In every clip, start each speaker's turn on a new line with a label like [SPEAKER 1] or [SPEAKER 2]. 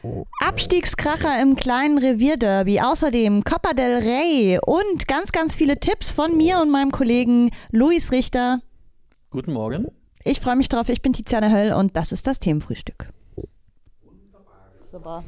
[SPEAKER 1] Abstiegskracher im kleinen Revierderby, außerdem Copa del Rey und ganz, ganz viele Tipps von mir und meinem Kollegen Luis Richter.
[SPEAKER 2] Guten Morgen.
[SPEAKER 1] Ich freue mich drauf, ich bin Tiziana Höll und das ist das Themenfrühstück. Super.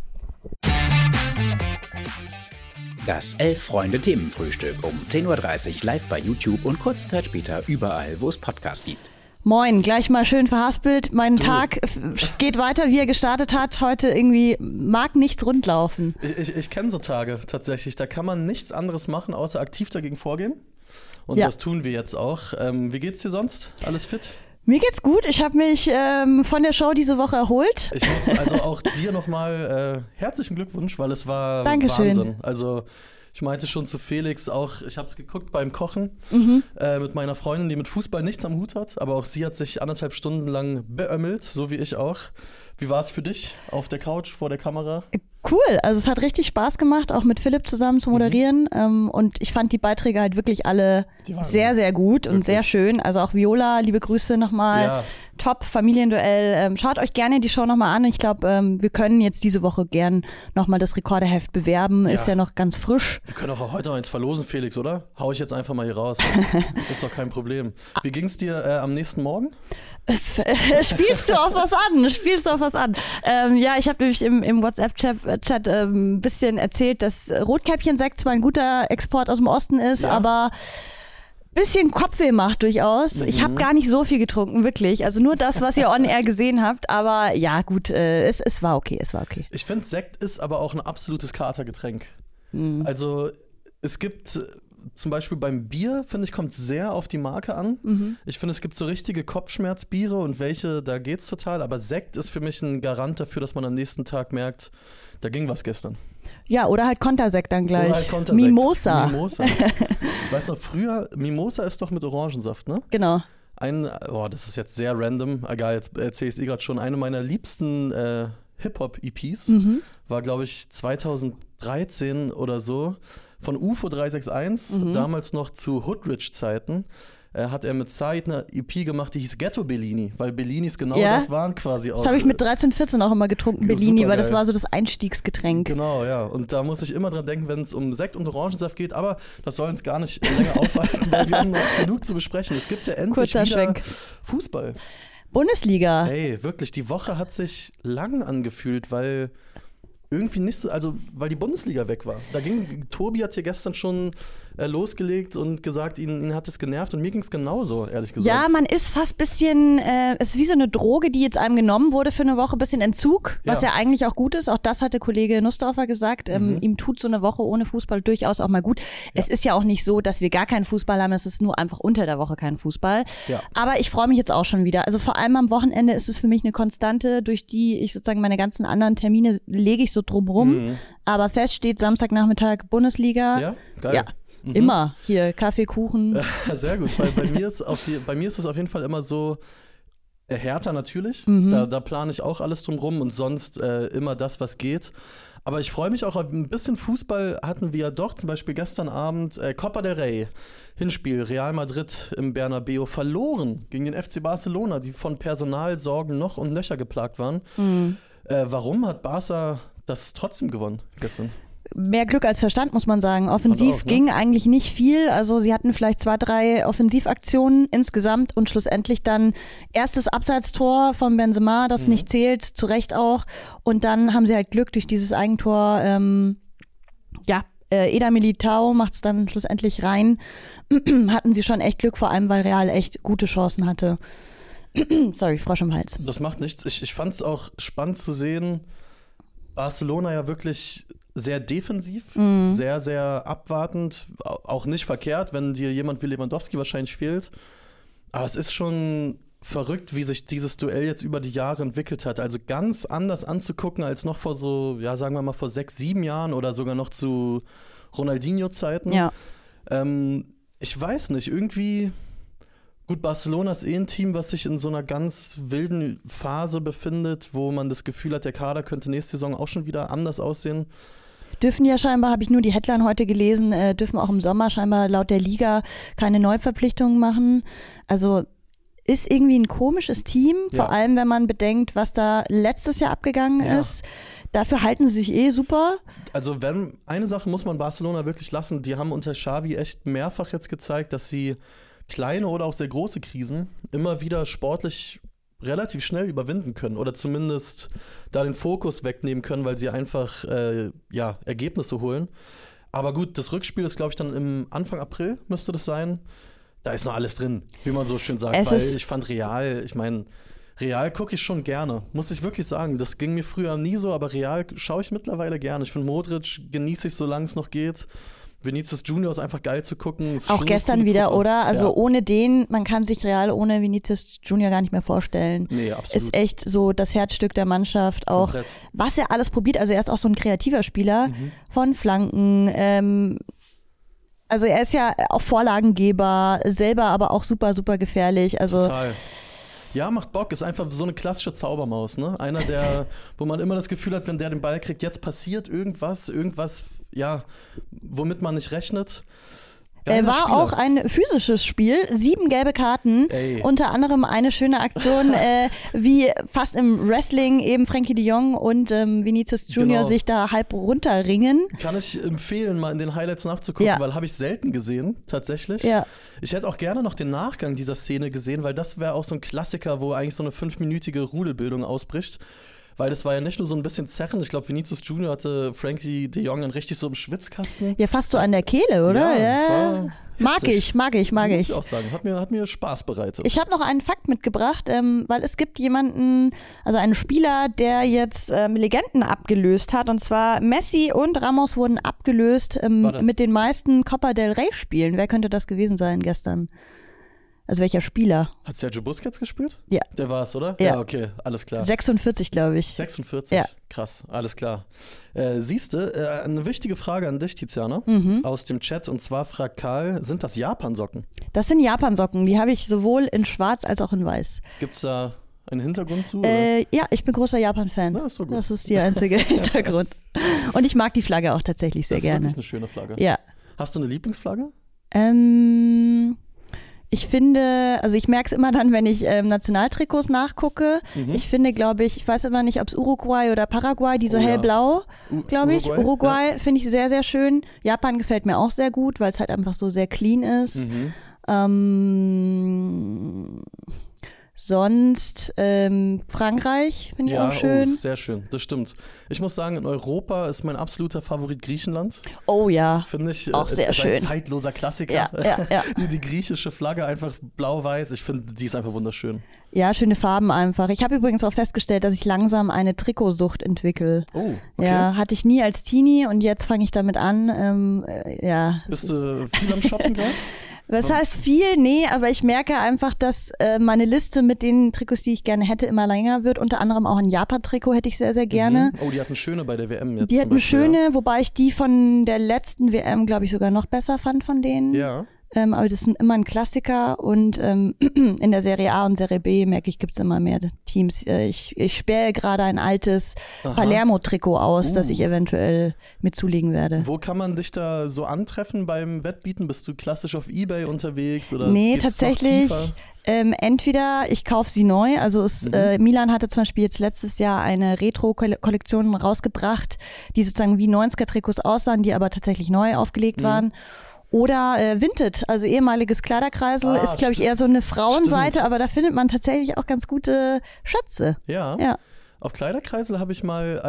[SPEAKER 3] Das 11-Freunde-Themenfrühstück um 10.30 Uhr live bei YouTube und kurze Zeit später überall, wo es Podcasts gibt.
[SPEAKER 1] Moin, gleich mal schön verhaspelt. Mein Tag geht weiter, wie er gestartet hat. Heute irgendwie mag nichts rundlaufen.
[SPEAKER 2] Ich kenne so Tage tatsächlich. Da kann man nichts anderes machen, außer aktiv dagegen vorgehen. Und das tun wir jetzt auch. Wie geht's dir sonst? Alles fit?
[SPEAKER 1] Mir geht's gut. Ich habe mich von der Show diese Woche erholt.
[SPEAKER 2] Ich muss also auch dir nochmal herzlichen Glückwunsch, weil es war
[SPEAKER 1] Dankeschön.
[SPEAKER 2] Wahnsinn. Also ich meinte schon zu Felix auch, ich habe es geguckt beim Kochen mit meiner Freundin, die mit Fußball nichts am Hut hat, aber auch sie hat sich 1,5 Stunden lang beömmelt, so wie ich auch. Wie war es für dich auf der Couch vor der Kamera?
[SPEAKER 1] Cool, also es hat richtig Spaß gemacht, auch mit Philipp zusammen zu moderieren und ich fand die Beiträge halt wirklich alle sehr, sehr gut und sehr schön. Also auch Viola, liebe Grüße nochmal. Ja. Top, Familienduell. Schaut euch gerne die Show nochmal an. Ich glaube, wir können jetzt diese Woche gern nochmal das Rekorderheft bewerben. Ist ja noch ganz frisch.
[SPEAKER 2] Wir können auch heute noch eins verlosen, Felix, oder? Hau ich jetzt einfach mal hier raus. Ist doch kein Problem. Wie ging's dir am nächsten Morgen?
[SPEAKER 1] Spielst du auf was an? Ja, ich habe nämlich im WhatsApp-Chat ein bisschen erzählt, dass Rotkäppchen-Sekt zwar ein guter Export aus dem Osten ist, aber bisschen Kopfweh macht durchaus. Ich habe gar nicht so viel getrunken, wirklich. Also nur das, was ihr on air gesehen habt. Aber ja, gut, es war okay, Ich
[SPEAKER 2] finde, Sekt ist aber auch ein absolutes Katergetränk. Also es gibt zum Beispiel beim Bier, finde ich, kommt sehr auf die Marke an. Ich finde, es gibt so richtige Kopfschmerzbiere und welche, da geht's total. Aber Sekt ist für mich ein Garant dafür, dass man am nächsten Tag merkt, da ging was gestern.
[SPEAKER 1] Ja, oder halt Kontersekt dann gleich. Mimosa.
[SPEAKER 2] Ich weiß noch, früher, Mimosa ist doch mit Orangensaft, ne?
[SPEAKER 1] Genau.
[SPEAKER 2] Das ist jetzt sehr random, egal, jetzt erzähle ich es gerade schon. Eine meiner liebsten Hip-Hop-EPs war, glaube ich, 2013 oder so. Von UFO 361, damals noch zu Hoodrich-Zeiten, hat er mit Said eine EP gemacht, die hieß Ghetto Bellini, weil Bellinis genau das waren quasi auch.
[SPEAKER 1] Das habe ich mit 13, 14 auch immer getrunken, Bellini, weil das war so das Einstiegsgetränk.
[SPEAKER 2] Genau, ja. Und da muss ich immer dran denken, wenn es um Sekt und Orangensaft geht, aber das soll uns gar nicht länger aufhalten, weil wir haben noch genug zu besprechen. Es gibt ja endlich wieder Fußball.
[SPEAKER 1] Bundesliga.
[SPEAKER 2] Hey, wirklich, die Woche hat sich lang angefühlt, weil irgendwie nicht so, also weil die Bundesliga weg war. Tobi hat hier gestern schon losgelegt und gesagt, ihn hat es genervt und mir ging es genauso, ehrlich gesagt.
[SPEAKER 1] Ja, man ist fast ein bisschen, es ist wie so eine Droge, die jetzt einem genommen wurde für eine Woche, ein bisschen Entzug, was ja eigentlich auch gut ist. Auch das hat der Kollege Nussdorfer gesagt. Ihm tut so eine Woche ohne Fußball durchaus auch mal gut. Es ist ja auch nicht so, dass wir gar keinen Fußball haben, es ist nur einfach unter der Woche kein Fußball. Ja. Aber ich freue mich jetzt auch schon wieder. Also vor allem am Wochenende ist es für mich eine Konstante, durch die ich sozusagen meine ganzen anderen Termine lege ich so drumrum. Aber fest steht Samstagnachmittag Bundesliga. Ja, geil. Ja. Immer hier Kaffee, Kuchen.
[SPEAKER 2] Sehr gut. Bei mir ist es auf jeden Fall immer so, Hertha natürlich. Da plane ich auch alles drumrum und sonst immer das, was geht. Aber ich freue mich auch auf ein bisschen Fußball hatten wir ja doch, zum Beispiel gestern Abend Copa del Rey, Hinspiel, Real Madrid im Bernabeu verloren gegen den FC Barcelona, die von Personalsorgen noch und nöcher geplagt waren. Warum hat Barca das trotzdem gewonnen gestern?
[SPEAKER 1] Mehr Glück als Verstand, muss man sagen. Offensiv ging eigentlich nicht viel. Also sie hatten vielleicht 2, 3 Offensivaktionen insgesamt und schlussendlich dann erstes Abseitstor von Benzema, das nicht zählt, zu Recht auch. Und dann haben sie halt Glück durch dieses Eigentor. Eder Militao macht es dann schlussendlich rein. Hatten sie schon echt Glück, vor allem weil Real echt gute Chancen hatte. Sorry, Frosch im Hals.
[SPEAKER 2] Das macht nichts. Ich fand es auch spannend zu sehen, Barcelona ja wirklich sehr defensiv, sehr, sehr abwartend, auch nicht verkehrt, wenn dir jemand wie Lewandowski wahrscheinlich fehlt. Aber es ist schon verrückt, wie sich dieses Duell jetzt über die Jahre entwickelt hat. Also ganz anders anzugucken als noch vor so, ja, sagen wir mal vor 6, 7 Jahren oder sogar noch zu Ronaldinho-Zeiten. Ja. Ich weiß nicht, irgendwie. Gut, Barcelona ist ein Team, was sich in so einer ganz wilden Phase befindet, wo man das Gefühl hat, der Kader könnte nächste Saison auch schon wieder anders aussehen.
[SPEAKER 1] Dürfen ja scheinbar, habe ich nur die Headline heute gelesen, dürfen auch im Sommer scheinbar laut der Liga keine Neuverpflichtungen machen. Also ist irgendwie ein komisches Team, vor allem wenn man bedenkt, was da letztes Jahr abgegangen ist. Dafür halten sie sich super.
[SPEAKER 2] Also eine Sache muss man Barcelona wirklich lassen, die haben unter Xavi echt mehrfach jetzt gezeigt, dass sie kleine oder auch sehr große Krisen immer wieder sportlich relativ schnell überwinden können oder zumindest da den Fokus wegnehmen können, weil sie einfach Ergebnisse holen. Aber gut, das Rückspiel ist, glaube ich, dann im Anfang April müsste das sein. Da ist noch alles drin, wie man so schön sagt, weil ich fand Real gucke ich schon gerne, muss ich wirklich sagen. Das ging mir früher nie so, aber Real schaue ich mittlerweile gerne. Ich finde Modric genieße ich, solange es noch geht. Vinicius Junior ist einfach geil zu gucken.
[SPEAKER 1] Auch gestern wieder, Truppe. Oder? Also ohne den, man kann sich Real ohne Vinicius Junior gar nicht mehr vorstellen. Nee, absolut. Ist echt so das Herzstück der Mannschaft. Auch komplett. Was er alles probiert. Also er ist auch so ein kreativer Spieler von Flanken. Also er ist ja auch Vorlagengeber, selber aber auch super, super gefährlich. Also
[SPEAKER 2] total. Ja, macht Bock, ist einfach so eine klassische Zaubermaus, ne? Einer, wo man immer das Gefühl hat, wenn der den Ball kriegt, jetzt passiert irgendwas, ja, womit man nicht rechnet.
[SPEAKER 1] War Spieler. Auch ein physisches Spiel, 7 gelbe Karten, unter anderem eine schöne Aktion, wie fast im Wrestling eben Frenkie de Jong und Vinicius Junior sich da halb runterringen.
[SPEAKER 2] Kann ich empfehlen, mal in den Highlights nachzugucken, weil habe ich selten gesehen, tatsächlich. Ja. Ich hätte auch gerne noch den Nachgang dieser Szene gesehen, weil das wäre auch so ein Klassiker, wo eigentlich so eine 5-minütige Rudelbildung ausbricht. Weil das war ja nicht nur so ein bisschen Zerren. Ich glaube, Vinicius Junior hatte Frenkie de Jong dann richtig so im Schwitzkasten.
[SPEAKER 1] Ja, fast so an der Kehle, oder? Ja. Das war mag ich.
[SPEAKER 2] Muss ich auch sagen. Hat mir Spaß bereitet.
[SPEAKER 1] Ich habe noch einen Fakt mitgebracht, weil es gibt jemanden, also einen Spieler, der jetzt Legenden abgelöst hat. Und zwar Messi und Ramos wurden abgelöst mit den meisten Copa del Rey Spielen. Wer könnte das gewesen sein gestern? Also welcher Spieler?
[SPEAKER 2] Hat Sergio Busquets gespielt?
[SPEAKER 1] Ja.
[SPEAKER 2] Der war es, oder? Ja, okay, alles klar.
[SPEAKER 1] 46, glaube ich.
[SPEAKER 2] 46? Ja. Krass, alles klar. Siehste, eine wichtige Frage an dich, Tiziana, aus dem Chat. Und zwar fragt Karl, sind das Japansocken?
[SPEAKER 1] Das sind Japansocken. Die habe ich sowohl in schwarz als auch in weiß.
[SPEAKER 2] Gibt's da einen Hintergrund zu?
[SPEAKER 1] Ja, ich bin großer Japan-Fan.
[SPEAKER 2] Na, ist so gut.
[SPEAKER 1] Das ist der einzige Hintergrund. Und ich mag die Flagge auch tatsächlich sehr gerne.
[SPEAKER 2] Das ist wirklich eine schöne Flagge.
[SPEAKER 1] Ja.
[SPEAKER 2] Hast du eine Lieblingsflagge?
[SPEAKER 1] Ich finde, also ich merke es immer dann, wenn ich Nationaltrikots nachgucke. Ich finde, glaube ich weiß immer nicht, ob es Uruguay oder Paraguay, die so hellblau, glaube ich. Uruguay finde ich sehr, sehr schön. Japan gefällt mir auch sehr gut, weil es halt einfach so sehr clean ist. Sonst Frankreich finde ich auch schön.
[SPEAKER 2] Oh, sehr schön, das stimmt. Ich muss sagen, in Europa ist mein absoluter Favorit Griechenland.
[SPEAKER 1] Oh ja,
[SPEAKER 2] finde ich
[SPEAKER 1] auch sehr schön.
[SPEAKER 2] Ein zeitloser Klassiker. Ja. Die griechische Flagge einfach blau-weiß, ich finde, die ist einfach wunderschön.
[SPEAKER 1] Ja, schöne Farben einfach. Ich habe übrigens auch festgestellt, dass ich langsam eine Trikotsucht entwickle.
[SPEAKER 2] Oh, okay.
[SPEAKER 1] Ja, hatte ich nie als Teenie und jetzt fange ich damit an.
[SPEAKER 2] Bist du viel am Shoppen gerade?
[SPEAKER 1] Das heißt viel, nee, aber ich merke einfach, dass meine Liste mit den Trikots, die ich gerne hätte, immer länger wird. Unter anderem auch ein Japan-Trikot hätte ich sehr, sehr gerne.
[SPEAKER 2] Oh, die hatten schöne bei der WM jetzt.
[SPEAKER 1] Die hatten schöne, wobei ich die von der letzten WM, glaube ich, sogar noch besser fand von denen.
[SPEAKER 2] Ja.
[SPEAKER 1] Aber das sind immer ein Klassiker und in der Serie A und Serie B merke ich, gibt es immer mehr Teams. Ich spähe gerade ein altes Palermo-Trikot aus, das ich eventuell mit zulegen werde.
[SPEAKER 2] Wo kann man dich da so antreffen beim Wettbieten? Bist du klassisch auf eBay unterwegs? Oder
[SPEAKER 1] nee, tatsächlich. Entweder ich kaufe sie neu, also Milan hatte zum Beispiel jetzt letztes Jahr eine Retro-Kollektion rausgebracht, die sozusagen wie 90er-Trikots aussahen, die aber tatsächlich neu aufgelegt waren. Oder Vinted, also ehemaliges Kleiderkreisel, ist, glaube ich, eher so eine Frauenseite, aber da findet man tatsächlich auch ganz gute Schätze.
[SPEAKER 2] Ja. Auf Kleiderkreisel habe ich mal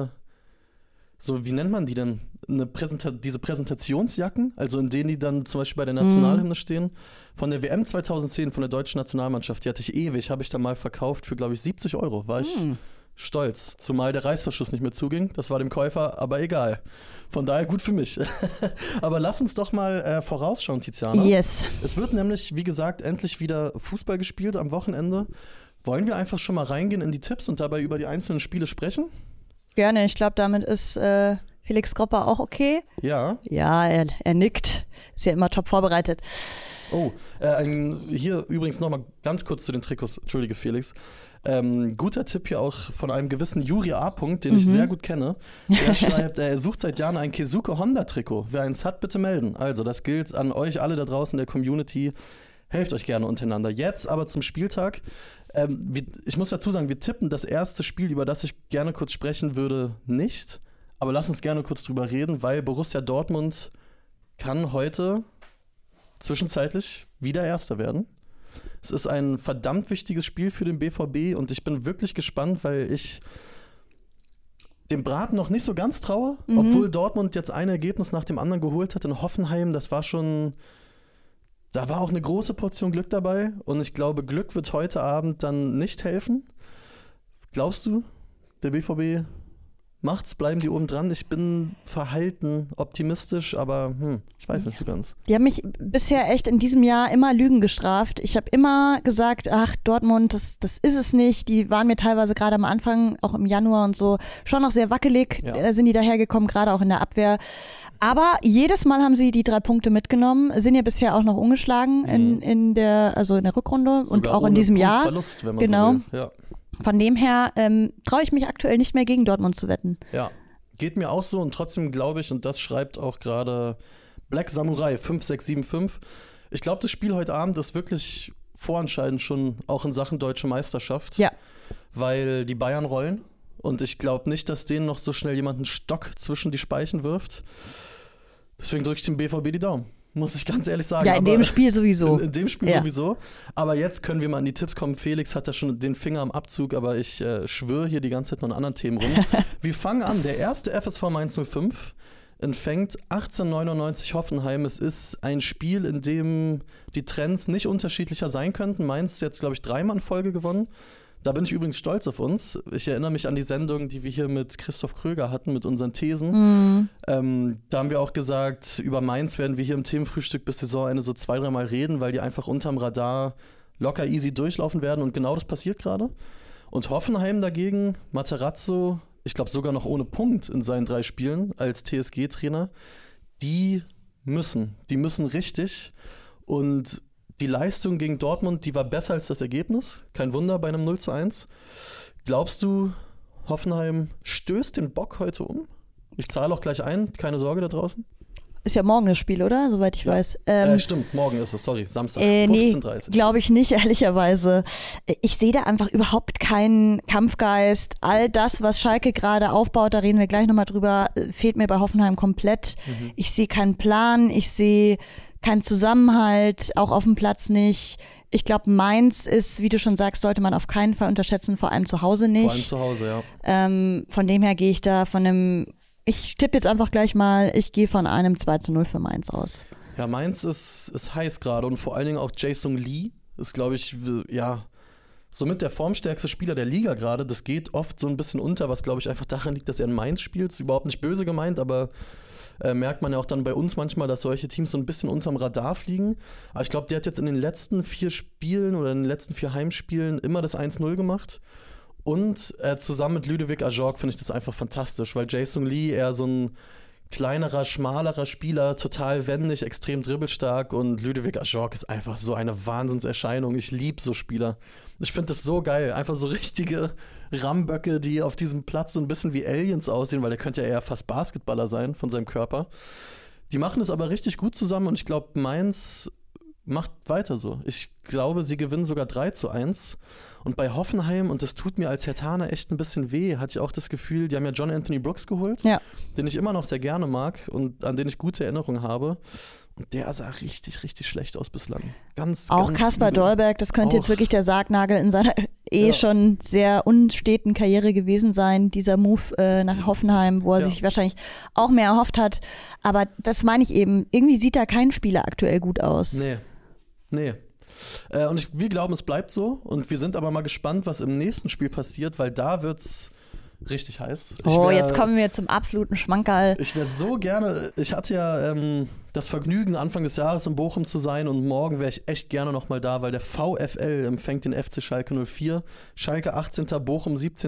[SPEAKER 2] wie nennt man die denn? Diese Präsentationsjacken, also in denen die dann zum Beispiel bei der Nationalhymne stehen. Von der WM 2010, von der deutschen Nationalmannschaft, die hatte ich ewig, habe ich dann mal verkauft für, glaube ich, 70 €. War ich stolz, zumal der Reißverschluss nicht mehr zuging. Das war dem Käufer aber egal. Von daher gut für mich. Aber lass uns doch mal vorausschauen, Tiziana.
[SPEAKER 1] Yes.
[SPEAKER 2] Es wird nämlich, wie gesagt, endlich wieder Fußball gespielt am Wochenende. Wollen wir einfach schon mal reingehen in die Tipps und dabei über die einzelnen Spiele sprechen?
[SPEAKER 1] Gerne, ich glaube, damit ist Felix Gropper auch okay.
[SPEAKER 2] Ja.
[SPEAKER 1] Ja, er nickt. Ist ja immer top vorbereitet.
[SPEAKER 2] Oh, hier übrigens nochmal ganz kurz zu den Trikots. Entschuldige, Felix. Guter Tipp hier auch von einem gewissen Juri A. den ich sehr gut kenne. Der schreibt, er sucht seit Jahren ein Keisuke Honda-Trikot. Wer eins hat, bitte melden. Also, das gilt an euch alle da draußen in der Community. Helft euch gerne untereinander. Jetzt aber zum Spieltag. Ich muss dazu sagen, wir tippen das erste Spiel, über das ich gerne kurz sprechen würde, nicht. Aber lass uns gerne kurz drüber reden, weil Borussia Dortmund kann heute zwischenzeitlich wieder Erster werden. Es ist ein verdammt wichtiges Spiel für den BVB und ich bin wirklich gespannt, weil ich dem Braten noch nicht so ganz traue, obwohl Dortmund jetzt ein Ergebnis nach dem anderen geholt hat in Hoffenheim. Das war schon, da war auch eine große Portion Glück dabei und ich glaube, Glück wird heute Abend dann nicht helfen. Glaubst du, der BVB macht's, bleiben die oben dran? Ich bin verhalten optimistisch, aber ich weiß nicht so ganz.
[SPEAKER 1] Die haben mich bisher echt in diesem Jahr immer Lügen gestraft. Ich habe immer gesagt, ach, Dortmund, das ist es nicht. Die waren mir teilweise gerade am Anfang, auch im Januar und so, schon noch sehr wackelig.
[SPEAKER 2] Ja.
[SPEAKER 1] Sind die dahergekommen, gerade auch in der Abwehr. Aber jedes Mal haben sie die 3 Punkte mitgenommen, sind ja bisher auch noch ungeschlagen in der Rückrunde.
[SPEAKER 2] Sogar
[SPEAKER 1] und auch in
[SPEAKER 2] ohne
[SPEAKER 1] diesem Jahr.
[SPEAKER 2] Verlust, wenn man
[SPEAKER 1] genau.
[SPEAKER 2] so will. Ja.
[SPEAKER 1] Von dem her traue ich mich aktuell nicht mehr gegen Dortmund zu wetten.
[SPEAKER 2] Ja, geht mir auch so und trotzdem glaube ich, und das schreibt auch gerade Black Samurai 5675, ich glaube, das Spiel heute Abend ist wirklich vorentscheidend schon auch in Sachen Deutsche Meisterschaft,
[SPEAKER 1] Ja.
[SPEAKER 2] weil die Bayern rollen und ich glaube nicht, dass denen noch so schnell jemand einen Stock zwischen die Speichen wirft. Deswegen drücke ich dem BVB die Daumen. Muss ich ganz ehrlich sagen.
[SPEAKER 1] Ja, in dem Spiel sowieso.
[SPEAKER 2] In dem Spiel sowieso. Aber jetzt können wir mal an die Tipps kommen. Felix hat da schon den Finger am Abzug, aber ich schwöre hier die ganze Zeit noch an anderen Themen rum. Wir fangen an. Der erste FSV Mainz 05 empfängt 1899 Hoffenheim. Es ist ein Spiel, in dem die Trends nicht unterschiedlicher sein könnten. Mainz jetzt, glaube ich, 3-mal in Folge gewonnen. Da bin ich übrigens stolz auf uns. Ich erinnere mich an die Sendung, die wir hier mit Christoph Kröger hatten, mit unseren Thesen. Da haben wir auch gesagt, über Mainz werden wir hier im Themenfrühstück bis Saisonende so 2-3 Mal reden, weil die einfach unterm Radar locker easy durchlaufen werden. Und genau das passiert gerade. Und Hoffenheim dagegen, Materazzo, ich glaube sogar noch ohne Punkt in seinen 3 Spielen als TSG-Trainer, die müssen richtig. Und die Leistung gegen Dortmund, die war besser als das Ergebnis. Kein Wunder bei einem 0:1. Glaubst du, Hoffenheim stößt den Bock heute um? Ich zahle auch gleich ein, keine Sorge da draußen.
[SPEAKER 1] Ist ja morgen das Spiel, oder? Soweit ich weiß.
[SPEAKER 2] Stimmt, morgen ist es, sorry, Samstag, 15:30.
[SPEAKER 1] Nee, glaube ich nicht, ehrlicherweise. Ich sehe da einfach überhaupt keinen Kampfgeist. All das, was Schalke gerade aufbaut, da reden wir gleich nochmal drüber, fehlt mir bei Hoffenheim komplett. Ich sehe keinen Plan, ich sehe keinen Zusammenhalt, auch auf dem Platz nicht. Ich glaube, Mainz ist, wie du schon sagst, sollte man auf keinen Fall unterschätzen, vor allem zu Hause nicht.
[SPEAKER 2] Vor allem zu Hause, ja.
[SPEAKER 1] Von dem her gehe ich da ich tippe jetzt einfach gleich mal, ich gehe von einem 2:0 für Mainz aus.
[SPEAKER 2] Ja, Mainz ist heiß gerade und vor allen Dingen auch Jae-Sung Lee ist, glaube ich, ja, somit der formstärkste Spieler der Liga gerade. Das geht oft so ein bisschen unter, was, glaube ich, einfach daran liegt, dass er in Mainz spielt. Ist überhaupt nicht böse gemeint, aber merkt man ja auch dann bei uns manchmal, dass solche Teams so ein bisschen unterm Radar fliegen. Aber ich glaube, der hat jetzt in den letzten 4 Spielen oder in den letzten 4 Heimspielen immer das 1:0 gemacht. Und zusammen mit Ludovic Ajorg finde ich das einfach fantastisch, weil Jae-Sung Lee eher so ein kleinerer, schmalerer Spieler, total wendig, extrem dribbelstark und Ludovic Ajorg ist einfach so eine Wahnsinnserscheinung. Ich liebe so Spieler. Ich finde das so geil. Einfach so richtige Ramböcke, die auf diesem Platz so ein bisschen wie Aliens aussehen, weil der könnte ja eher fast Basketballer sein von seinem Körper. Die machen es aber richtig gut zusammen und ich glaube, Mainz macht weiter so. Ich glaube, sie gewinnen sogar 3:1. Und bei Hoffenheim, und das tut mir als Hertaner echt ein bisschen weh, hatte ich auch das Gefühl, die haben ja John Anthony Brooks geholt, den ich immer noch sehr gerne mag und an den ich gute Erinnerungen habe. Und der sah richtig, richtig schlecht aus bislang.
[SPEAKER 1] Auch Kaspar Dolberg, das könnte jetzt wirklich der Sargnagel in seiner schon sehr unsteten Karriere gewesen sein, dieser Move nach Hoffenheim, wo er sich wahrscheinlich auch mehr erhofft hat. Aber das meine ich eben, irgendwie sieht da kein Spieler aktuell gut aus.
[SPEAKER 2] Nee. Und wir glauben, es bleibt so. Und wir sind aber mal gespannt, was im nächsten Spiel passiert, weil da wird's richtig heiß.
[SPEAKER 1] Jetzt kommen wir zum absoluten Schmankerl.
[SPEAKER 2] Ich wäre so gerne, ich hatte ja das Vergnügen, Anfang des Jahres in Bochum zu sein und morgen wäre ich echt gerne nochmal da, weil der VfL empfängt den FC Schalke 04. Schalke 18., Bochum 17.,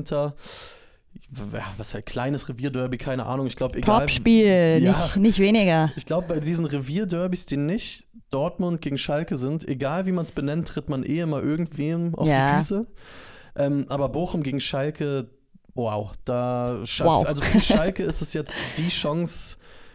[SPEAKER 2] was halt kleines Revierderby, keine Ahnung, ich glaube, egal.
[SPEAKER 1] Topspiel, nicht weniger.
[SPEAKER 2] Ich glaube, bei diesen Revierderbys, die nicht Dortmund gegen Schalke sind, egal wie man es benennt, tritt man immer irgendwem auf die Füße. Aber Bochum gegen Schalke, also für Schalke ist es jetzt die Chance,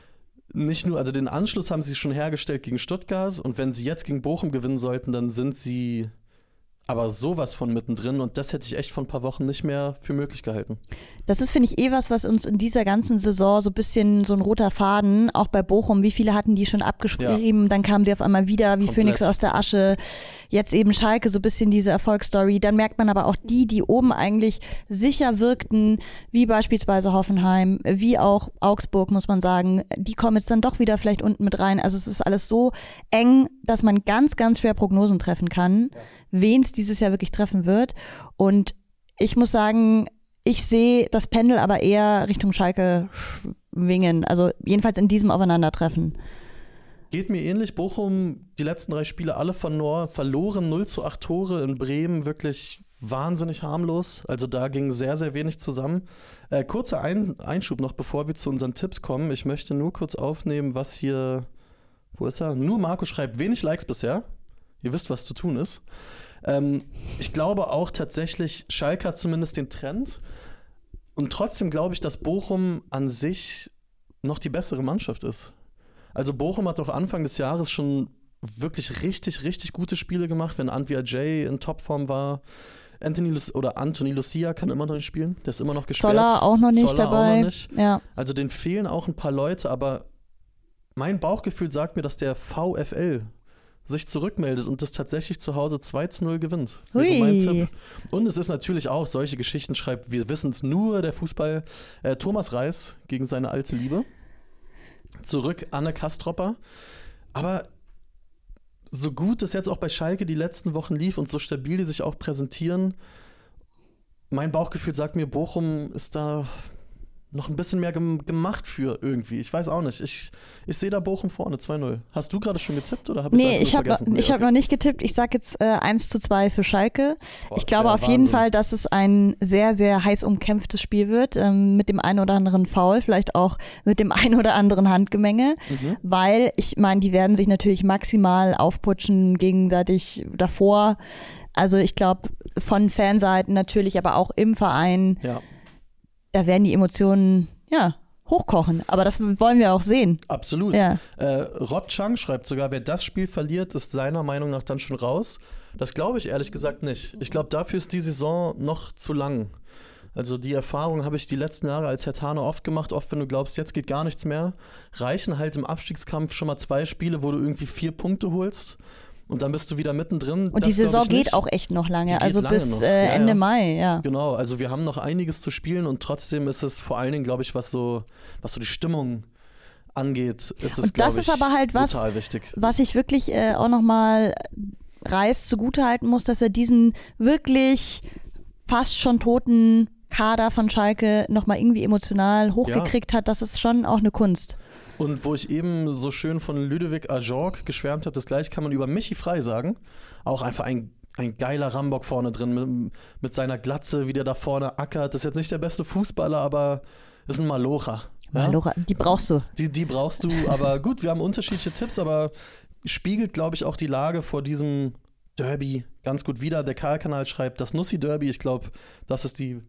[SPEAKER 2] nicht nur, also den Anschluss haben sie schon hergestellt gegen Stuttgart und wenn sie jetzt gegen Bochum gewinnen sollten, dann sind sie aber sowas von mittendrin und das hätte ich echt vor ein paar Wochen nicht mehr für möglich gehalten.
[SPEAKER 1] Das ist, finde ich, was uns in dieser ganzen Saison so ein bisschen so ein roter Faden, auch bei Bochum, wie viele hatten die schon abgeschrieben, dann kamen sie auf einmal wieder wie
[SPEAKER 2] Komplett.
[SPEAKER 1] Phönix aus der Asche, jetzt eben Schalke, so ein bisschen diese Erfolgsstory, dann merkt man aber auch die oben eigentlich sicher wirkten, wie beispielsweise Hoffenheim, wie auch Augsburg, muss man sagen, die kommen jetzt dann doch wieder vielleicht unten mit rein, also es ist alles so eng, dass man ganz, ganz schwer Prognosen treffen kann, wen es dieses Jahr wirklich treffen wird und ich muss sagen, ich sehe das Pendel aber eher Richtung Schalke schwingen, also jedenfalls in diesem Aufeinandertreffen.
[SPEAKER 2] Geht mir ähnlich. Bochum, die letzten 3 Spiele alle verloren, 0:8 Tore in Bremen, wirklich wahnsinnig harmlos. Also da ging sehr, sehr wenig zusammen. Kurzer Einschub noch, bevor wir zu unseren Tipps kommen. Ich möchte nur kurz aufnehmen, was hier, wo ist er? Nur Marco schreibt, wenig Likes bisher. Ihr wisst, was zu tun ist. Ich glaube auch tatsächlich, Schalke hat zumindest den Trend. Und trotzdem glaube ich, dass Bochum an sich noch die bessere Mannschaft ist. Also Bochum hat doch Anfang des Jahres schon wirklich richtig, richtig gute Spiele gemacht, wenn Antwi Ajay in Topform war. Anthony Lucia kann immer noch nicht spielen, der ist immer noch gesperrt.
[SPEAKER 1] Zoller auch noch nicht
[SPEAKER 2] Zoller
[SPEAKER 1] dabei.
[SPEAKER 2] Auch noch nicht.
[SPEAKER 1] Ja.
[SPEAKER 2] Also denen fehlen auch ein paar Leute, aber mein Bauchgefühl sagt mir, dass der VfL sich zurückmeldet und das tatsächlich zu Hause 2:0 gewinnt.
[SPEAKER 1] Hui.
[SPEAKER 2] Also mein Tipp. Und es ist natürlich auch, solche Geschichten schreibt, wir wissen es nur, der Fußball, Thomas Reis gegen seine alte Liebe. Zurück Anne Kastropper. Aber so gut es jetzt auch bei Schalke die letzten Wochen lief und so stabil die sich auch präsentieren, mein Bauchgefühl sagt mir, Bochum ist da noch ein bisschen mehr gemacht für irgendwie. Ich weiß auch nicht. Ich sehe da Bochum vorne, 2:0. Hast du gerade schon getippt oder habe
[SPEAKER 1] Nee,
[SPEAKER 2] ich vergessen?
[SPEAKER 1] Ich habe noch nicht getippt. Ich sage jetzt 1:2 für Schalke.
[SPEAKER 2] Boah,
[SPEAKER 1] ich glaube auf jeden Fall, dass es ein sehr, sehr heiß umkämpftes Spiel wird, mit dem einen oder anderen Foul, vielleicht auch mit dem einen oder anderen Handgemenge, weil ich meine, die werden sich natürlich maximal aufputschen gegenseitig davor. Also ich glaube, von Fanseiten natürlich, aber auch im Verein, da werden die Emotionen, hochkochen. Aber das wollen wir auch sehen.
[SPEAKER 2] Absolut.
[SPEAKER 1] Ja.
[SPEAKER 2] Rod Chang schreibt sogar, wer das Spiel verliert, ist seiner Meinung nach dann schon raus. Das glaube ich ehrlich gesagt nicht. Ich glaube, dafür ist die Saison noch zu lang. Also die Erfahrung habe ich die letzten Jahre als Hertaner oft gemacht. Oft, wenn du glaubst, jetzt geht gar nichts mehr, reichen halt im Abstiegskampf schon mal 2 Spiele, wo du irgendwie 4 Punkte holst. Und dann bist du wieder mittendrin.
[SPEAKER 1] Und die Saison geht auch echt noch lange, also
[SPEAKER 2] lange
[SPEAKER 1] bis
[SPEAKER 2] noch.
[SPEAKER 1] Ende Mai, ja.
[SPEAKER 2] Genau, also wir haben noch einiges zu spielen und trotzdem ist es vor allen Dingen, glaube ich, was so die Stimmung angeht, ist es, glaube ich,
[SPEAKER 1] aber halt
[SPEAKER 2] total wichtig.
[SPEAKER 1] Was ich wirklich auch nochmal Reis zugutehalten muss, dass er diesen wirklich fast schon toten Kader von Schalke nochmal irgendwie emotional hochgekriegt hat. Das ist schon auch eine Kunst.
[SPEAKER 2] Und wo ich eben so schön von Ludovic Ajorg geschwärmt habe, das gleiche kann man über Michi Frey sagen. Auch einfach ein geiler Rambock vorne drin, mit seiner Glatze, wie der da vorne ackert. Das ist jetzt nicht der beste Fußballer, aber ist ein Malocher.
[SPEAKER 1] Malocher, die brauchst du.
[SPEAKER 2] Die brauchst du, aber gut, wir haben unterschiedliche Tipps, aber spiegelt, glaube ich, auch die Lage vor diesem Derby ganz gut wider. Der Karl-Kanal schreibt, das Nussi-Derby, ich glaube, das ist die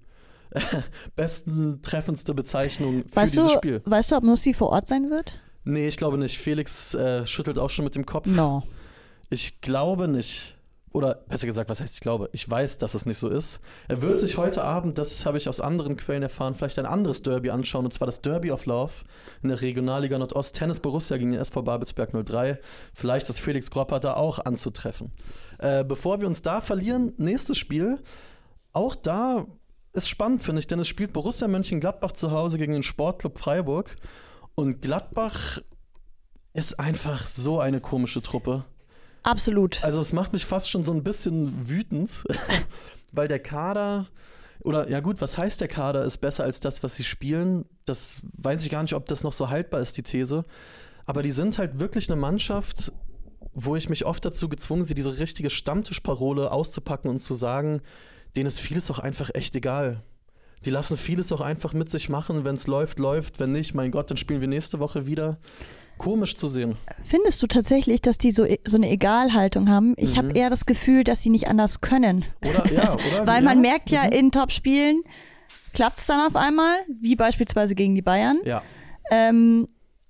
[SPEAKER 2] treffendste Bezeichnung für dieses Spiel.
[SPEAKER 1] Weißt du, ob Nussi vor Ort sein wird?
[SPEAKER 2] Nee, ich glaube nicht. Felix schüttelt auch schon mit dem Kopf.
[SPEAKER 1] No.
[SPEAKER 2] Ich glaube nicht. Oder besser gesagt, was heißt ich glaube? Ich weiß, dass es nicht so ist. Er wird sich heute Abend, das habe ich aus anderen Quellen erfahren, vielleicht ein anderes Derby anschauen, und zwar das Derby of Love in der Regionalliga Nordost. Tennis Borussia gegen den SV Babelsberg 03. Vielleicht ist Felix Gropper da auch anzutreffen. Bevor wir uns da verlieren, nächstes Spiel. Auch da ist spannend, finde ich, denn es spielt Borussia Mönchengladbach zu Hause gegen den Sportclub Freiburg. Und Gladbach ist einfach so eine komische Truppe.
[SPEAKER 1] Absolut.
[SPEAKER 2] Also es macht mich fast schon so ein bisschen wütend, weil der Kader, oder ja gut, was heißt der Kader ist besser als das, was sie spielen? Das weiß ich gar nicht, ob das noch so haltbar ist, die These. Aber die sind halt wirklich eine Mannschaft, wo ich mich oft dazu gezwungen sehe, diese richtige Stammtischparole auszupacken und zu sagen, denen ist vieles auch einfach echt egal. Die lassen vieles auch einfach mit sich machen. Wenn es läuft, läuft. Wenn nicht, mein Gott, dann spielen wir nächste Woche wieder. Komisch zu sehen.
[SPEAKER 1] Findest du tatsächlich, dass die so eine Egalhaltung haben? Ich habe eher das Gefühl, dass sie nicht anders können.
[SPEAKER 2] Oder?
[SPEAKER 1] Weil man merkt ja in Topspielen, klappt es dann auf einmal, wie beispielsweise gegen die Bayern.
[SPEAKER 2] Ja.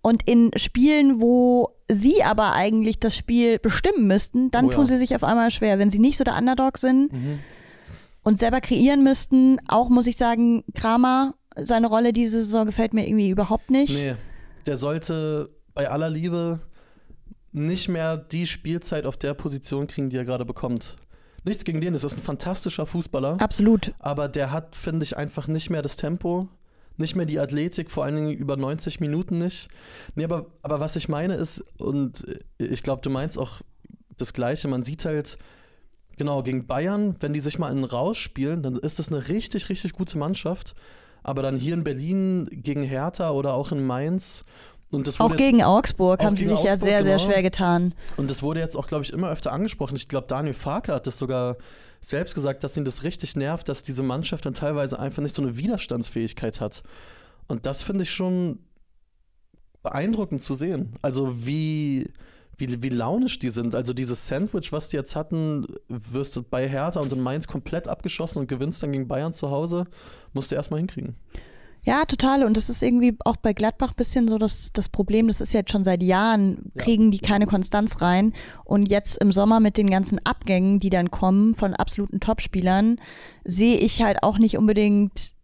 [SPEAKER 1] Und in Spielen, wo sie aber eigentlich das Spiel bestimmen müssten, dann tun sie sich auf einmal schwer. Wenn sie nicht so der Underdog sind und selber kreieren müssten, auch muss ich sagen, Kramer, seine Rolle diese Saison gefällt mir irgendwie überhaupt nicht.
[SPEAKER 2] Nee, der sollte bei aller Liebe nicht mehr die Spielzeit auf der Position kriegen, die er gerade bekommt. Nichts gegen den, das ist ein fantastischer Fußballer.
[SPEAKER 1] Absolut.
[SPEAKER 2] Aber der hat, finde ich, einfach nicht mehr das Tempo, nicht mehr die Athletik, vor allen Dingen über 90 Minuten nicht. Nee, aber was ich meine ist, und ich glaube, du meinst auch das Gleiche, man sieht halt, genau, gegen Bayern, wenn die sich mal in den Rausch spielen, dann ist das eine richtig, richtig gute Mannschaft. Aber dann hier in Berlin gegen Hertha oder auch in Mainz. Und das
[SPEAKER 1] auch gegen Augsburg haben sie sich ja sehr, sehr schwer getan.
[SPEAKER 2] Und das wurde jetzt auch, glaube ich, immer öfter angesprochen. Ich glaube, Daniel Farke hat das sogar selbst gesagt, dass ihn das richtig nervt, dass diese Mannschaft dann teilweise einfach nicht so eine Widerstandsfähigkeit hat. Und das finde ich schon beeindruckend zu sehen. Also wie launisch die sind. Also dieses Sandwich, was die jetzt hatten, wirst du bei Hertha und in Mainz komplett abgeschossen und gewinnst dann gegen Bayern zu Hause, musst du erstmal hinkriegen.
[SPEAKER 1] Ja, total. Und das ist irgendwie auch bei Gladbach ein bisschen so das Problem, das ist jetzt schon seit Jahren, kriegen die keine Konstanz rein. Und jetzt im Sommer mit den ganzen Abgängen, die dann kommen von absoluten Topspielern, sehe ich halt auch nicht unbedingt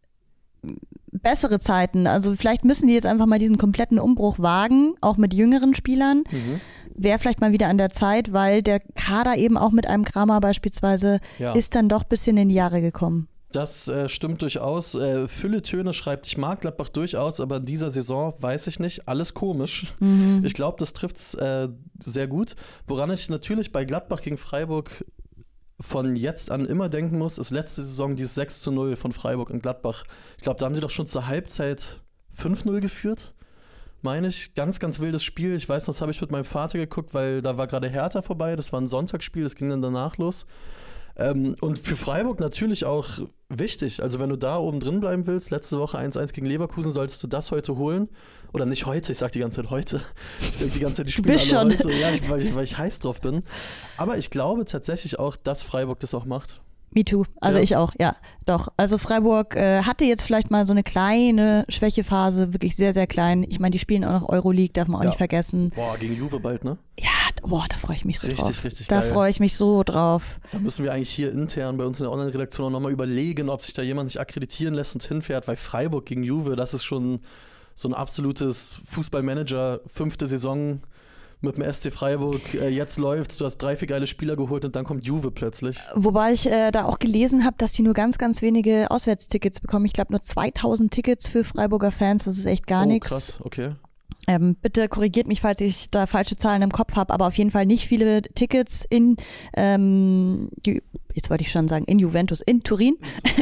[SPEAKER 1] bessere Zeiten. Also vielleicht müssen die jetzt einfach mal diesen kompletten Umbruch wagen, auch mit jüngeren Spielern. Wäre vielleicht mal wieder an der Zeit, weil der Kader eben auch mit einem Kramer beispielsweise ist dann doch ein bisschen in die Jahre gekommen.
[SPEAKER 2] Das stimmt durchaus. Fülle Töne schreibt, ich mag Gladbach durchaus, aber in dieser Saison weiß ich nicht, alles komisch. Ich glaube, das trifft es sehr gut. Woran ich natürlich bei Gladbach gegen Freiburg von jetzt an immer denken muss, ist letzte Saison dieses 6:0 von Freiburg und Gladbach. Ich glaube, da haben sie doch schon zur Halbzeit 5:0 geführt, meine ich. Ganz, ganz wildes Spiel. Ich weiß noch, das habe ich mit meinem Vater geguckt, weil da war gerade Hertha vorbei. Das war ein Sonntagsspiel, das ging dann danach los. Und für Freiburg natürlich auch wichtig. Also wenn du da oben drin bleiben willst, letzte Woche 1:1 gegen Leverkusen, solltest du das heute holen. Oder nicht heute, ich sag die ganze Zeit heute. Ich denke die ganze Zeit, die spielen alle heute. Ja, weil ich heiß drauf bin. Aber ich glaube tatsächlich auch, dass Freiburg das auch macht.
[SPEAKER 1] Me too. Also ich auch, ja, doch. Also Freiburg hatte jetzt vielleicht mal so eine kleine Schwächephase, wirklich sehr, sehr klein. Ich meine, die spielen auch noch Euroleague, darf man auch nicht vergessen.
[SPEAKER 2] Boah, gegen Juve bald, ne?
[SPEAKER 1] Ja, da freue ich mich so drauf.
[SPEAKER 2] Richtig
[SPEAKER 1] da
[SPEAKER 2] geil.
[SPEAKER 1] Da freue ich mich so drauf.
[SPEAKER 2] Da müssen wir eigentlich hier intern bei uns in der Online-Redaktion auch nochmal überlegen, ob sich da jemand nicht akkreditieren lässt und hinfährt, weil Freiburg gegen Juve, das ist schon so ein absolutes Fußballmanager, 5. Saison mit dem SC Freiburg, jetzt läuft's, du hast 3, 4 geile Spieler geholt und dann kommt Juve plötzlich.
[SPEAKER 1] Wobei ich da auch gelesen habe, dass die nur ganz, ganz wenige Auswärtstickets bekommen. Ich glaube nur 2000 Tickets für Freiburger Fans, das ist echt gar nichts.
[SPEAKER 2] Krass, okay.
[SPEAKER 1] Bitte korrigiert mich, falls ich da falsche Zahlen im Kopf habe, aber auf jeden Fall nicht viele Tickets in jetzt wollte ich schon sagen, in Juventus, in Turin.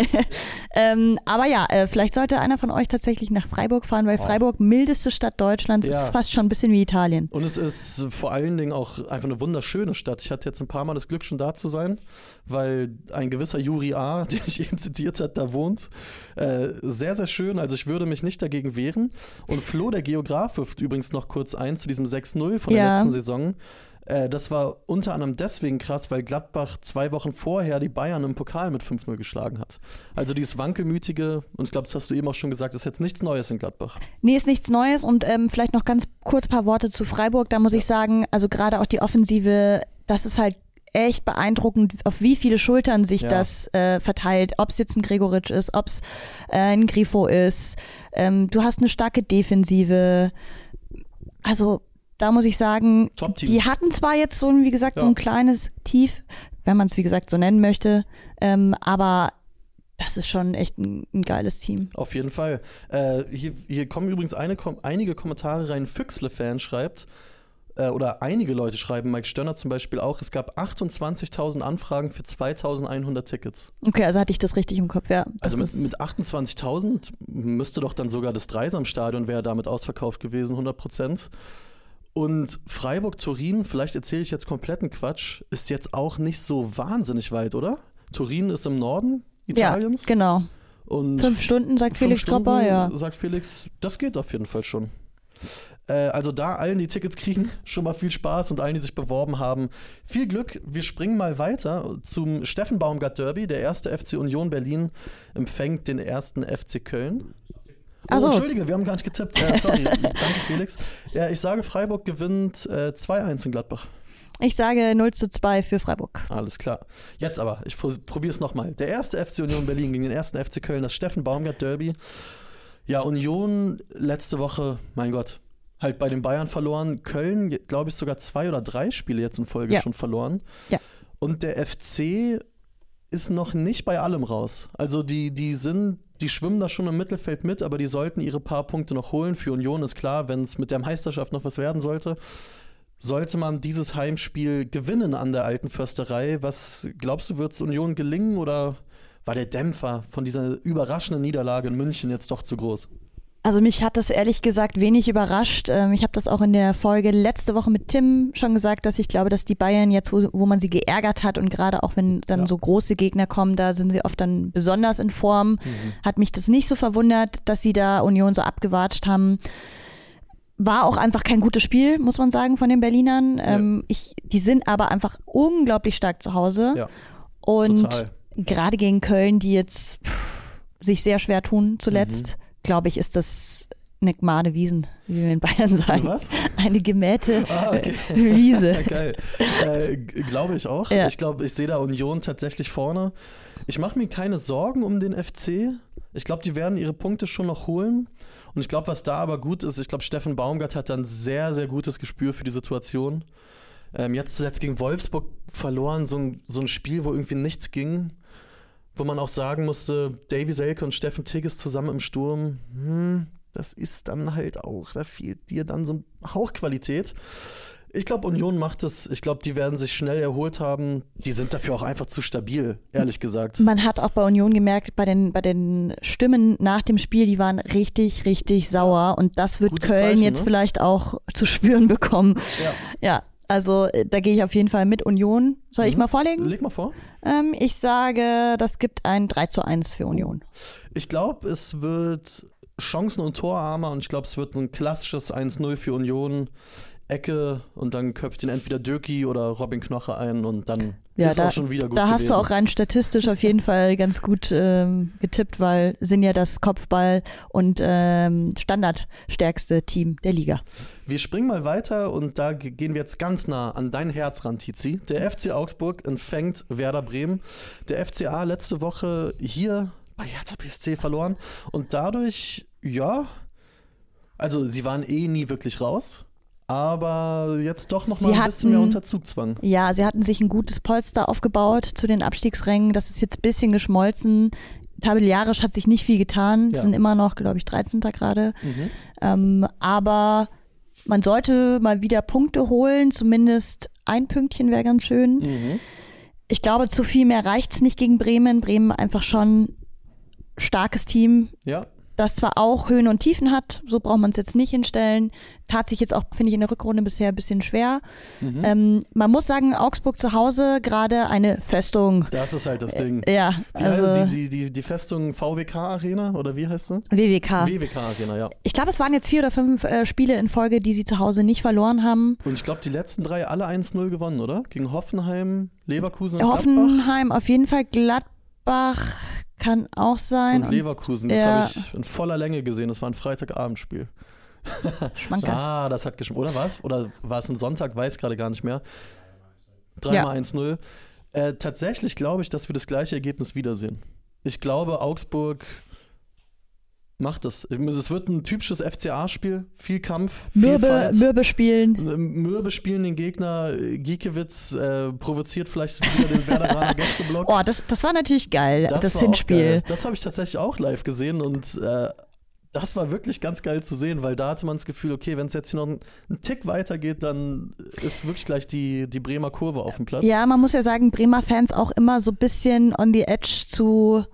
[SPEAKER 1] Aber ja, vielleicht sollte einer von euch tatsächlich nach Freiburg fahren, weil Freiburg, mildeste Stadt Deutschlands, ist fast schon ein bisschen wie Italien.
[SPEAKER 2] Und es ist vor allen Dingen auch einfach eine wunderschöne Stadt. Ich hatte jetzt ein paar Mal das Glück, schon da zu sein, weil ein gewisser Juri A., den ich eben zitiert habe, da wohnt. Sehr, sehr schön. Also ich würde mich nicht dagegen wehren. Und Flo, der Geograf, wirft übrigens noch kurz ein zu diesem 6:0 von der letzten Saison. Das war unter anderem deswegen krass, weil Gladbach 2 Wochen vorher die Bayern im Pokal mit 5:0 geschlagen hat. Also dieses Wankelmütige, und ich glaube, das hast du eben auch schon gesagt, ist jetzt nichts Neues in Gladbach.
[SPEAKER 1] Nee, ist nichts Neues und vielleicht noch ganz kurz ein paar Worte zu Freiburg. Da muss ich sagen, also gerade auch die Offensive, das ist halt echt beeindruckend, auf wie viele Schultern sich das verteilt. Ob es jetzt ein Gregoritsch ist, ob es ein Grifo ist. Du hast eine starke Defensive. Also da muss ich sagen, die hatten zwar jetzt so ein, wie gesagt, so ein kleines Tief, wenn man es, wie gesagt, so nennen möchte, aber das ist schon echt ein geiles Team.
[SPEAKER 2] Auf jeden Fall. Hier kommen übrigens einige Kommentare rein. Füchsle-Fan schreibt, oder einige Leute schreiben, Mike Stönner zum Beispiel auch, es gab 28.000 Anfragen für 2.100 Tickets.
[SPEAKER 1] Okay, also hatte ich das richtig im Kopf, ja.
[SPEAKER 2] Also mit 28.000 müsste doch dann sogar das Dreisamstadion wäre damit ausverkauft gewesen, 100%. Und Freiburg-Turin, vielleicht erzähle ich jetzt kompletten Quatsch, ist jetzt auch nicht so wahnsinnig weit, oder? Turin ist im Norden Italiens.
[SPEAKER 1] Ja, genau.
[SPEAKER 2] Und
[SPEAKER 1] 5 Stunden, sagt Felix Dropper, ja.
[SPEAKER 2] Sagt Felix, das geht auf jeden Fall schon. Also da allen, die Tickets kriegen, schon mal viel Spaß und allen, die sich beworben haben, viel Glück. Wir springen mal weiter zum Steffen Baumgart Derby. Der erste FC Union Berlin empfängt den ersten FC Köln.
[SPEAKER 1] Also.
[SPEAKER 2] Entschuldige, wir haben gar nicht getippt. Sorry, danke Felix. Ja, ich sage, Freiburg gewinnt 2-1 in Gladbach.
[SPEAKER 1] Ich sage 0:2 für Freiburg.
[SPEAKER 2] Alles klar. Jetzt aber, ich probiere es nochmal. Der erste FC Union Berlin gegen den ersten FC Köln, das Steffen Baumgart Derby. Ja, Union letzte Woche, mein Gott, halt bei den Bayern verloren. Köln, glaube ich, sogar 2 oder 3 Spiele jetzt in Folge schon verloren.
[SPEAKER 1] Ja.
[SPEAKER 2] Und der FC ist noch nicht bei allem raus. Also die schwimmen da schon im Mittelfeld mit, aber die sollten ihre paar Punkte noch holen. Für Union ist klar, wenn es mit der Meisterschaft noch was werden sollte man dieses Heimspiel gewinnen an der Alten Försterei. Was glaubst du, wird es Union gelingen oder war der Dämpfer von dieser überraschenden Niederlage in München jetzt doch zu groß?
[SPEAKER 1] Also mich hat das ehrlich gesagt wenig überrascht. Ich habe das auch in der Folge letzte Woche mit Tim schon gesagt, dass ich glaube, dass die Bayern jetzt, wo man sie geärgert hat und gerade auch wenn dann so große Gegner kommen, da sind sie oft dann besonders in Form, hat mich das nicht so verwundert, dass sie da Union so abgewatscht haben. War auch einfach kein gutes Spiel, muss man sagen, von den Berlinern. Die sind aber einfach unglaublich stark zu Hause. Ja, und total. Gerade gegen Köln, die jetzt sich sehr schwer tun zuletzt, glaube ich, ist das eine gemahne Wiesen, wie wir in Bayern sagen.
[SPEAKER 2] Was?
[SPEAKER 1] Eine gemähte Wiese.
[SPEAKER 2] Geil. Glaube ich auch. Ja. Ich glaube, ich sehe da Union tatsächlich vorne. Ich mache mir keine Sorgen um den FC. Ich glaube, die werden ihre Punkte schon noch holen. Und ich glaube, was da aber gut ist, ich glaube, Steffen Baumgart hat ein sehr, sehr gutes Gespür für die Situation. Jetzt zuletzt gegen Wolfsburg verloren, so ein Spiel, wo irgendwie nichts ging. Wo man auch sagen musste, Davy Selke und Steffen Tigges zusammen im Sturm, das ist dann halt auch, da fehlt dir dann so ein Hauch Qualität. Ich glaube, Union macht es. Ich glaube, die werden sich schnell erholt haben. Die sind dafür auch einfach zu stabil, ehrlich gesagt.
[SPEAKER 1] Man hat auch bei Union gemerkt, bei den Stimmen nach dem Spiel, die waren richtig, richtig sauer. Und das wird Gutes Köln Zeichen, jetzt vielleicht auch zu spüren bekommen. Ja, also da gehe ich auf jeden Fall mit Union. Soll ich mal vorlegen?
[SPEAKER 2] Leg mal vor.
[SPEAKER 1] Ich sage, das gibt ein 3:1 für Union.
[SPEAKER 2] Ich glaube, es wird chancen- und torarmer und ich glaube, es wird ein klassisches 1:0 für Union. Ecke und dann köpft ihn entweder Dürki oder Robin Knoche ein und dann ist auch schon wieder gut
[SPEAKER 1] Da
[SPEAKER 2] gewesen.
[SPEAKER 1] hast du auch rein statistisch auf jeden Fall ganz gut getippt, weil sind ja das Kopfball- und standardstärkste Team der Liga.
[SPEAKER 2] Wir springen mal weiter und da gehen wir jetzt ganz nah an dein Herz ran, Tizi. Der FC Augsburg empfängt Werder Bremen. Der FCA letzte Woche hier bei Hertha BSC verloren und dadurch, also sie waren nie wirklich raus. Aber jetzt doch noch mal ein bisschen mehr unter Zugzwang.
[SPEAKER 1] Ja, sie hatten sich ein gutes Polster aufgebaut zu den Abstiegsrängen. Das ist jetzt ein bisschen geschmolzen. Tabellarisch hat sich nicht viel getan. Sie sind immer noch, glaube ich, 13. gerade. Aber man sollte mal wieder Punkte holen. Zumindest ein Pünktchen wäre ganz schön. Ich glaube, zu viel mehr reicht es nicht gegen Bremen. Bremen einfach schon starkes Team.
[SPEAKER 2] Ja.
[SPEAKER 1] Das zwar auch Höhen und Tiefen hat, so braucht man es jetzt nicht hinstellen. Tat sich jetzt auch, finde ich, in der Rückrunde bisher ein bisschen schwer. Man muss sagen, Augsburg zu Hause gerade eine Festung.
[SPEAKER 2] Das ist halt das Ding.
[SPEAKER 1] Ja.
[SPEAKER 2] Also die Festung VWK Arena oder wie heißt sie?
[SPEAKER 1] WWK.
[SPEAKER 2] WWK Arena, ja.
[SPEAKER 1] Ich glaube, es waren jetzt 4 oder 5 Spiele in Folge, die sie zu Hause nicht verloren haben.
[SPEAKER 2] Und ich glaube, die letzten 3 alle 1:0 gewonnen, oder? Gegen Hoffenheim, Leverkusen und Gladbach.
[SPEAKER 1] Hoffenheim auf jeden Fall, Gladbach kann auch sein.
[SPEAKER 2] Und Leverkusen, das habe ich in voller Länge gesehen. Das war ein Freitagabendspiel.
[SPEAKER 1] Schmanker.
[SPEAKER 2] Das hat geschmeckt. Oder was? Oder war es ein Sonntag? Weiß gerade gar nicht mehr. 3-mal 1:0. Tatsächlich glaube ich, dass wir das gleiche Ergebnis wiedersehen. Ich glaube, Augsburg macht es. Es wird ein typisches FCA-Spiel. Viel Kampf, viel Fight.
[SPEAKER 1] Mürbe spielen.
[SPEAKER 2] Mürbe spielen den Gegner. Giekewitz provoziert vielleicht wieder den Werderaner Gästeblock.
[SPEAKER 1] Oh, das war natürlich geil, das Hinspiel.
[SPEAKER 2] Das habe ich tatsächlich auch live gesehen und das war wirklich ganz geil zu sehen, weil da hatte man das Gefühl, okay, wenn es jetzt hier noch einen Tick weitergeht, dann ist wirklich gleich die Bremer Kurve auf dem Platz.
[SPEAKER 1] Ja, man muss ja sagen, Bremer Fans auch immer so ein bisschen on the edge zu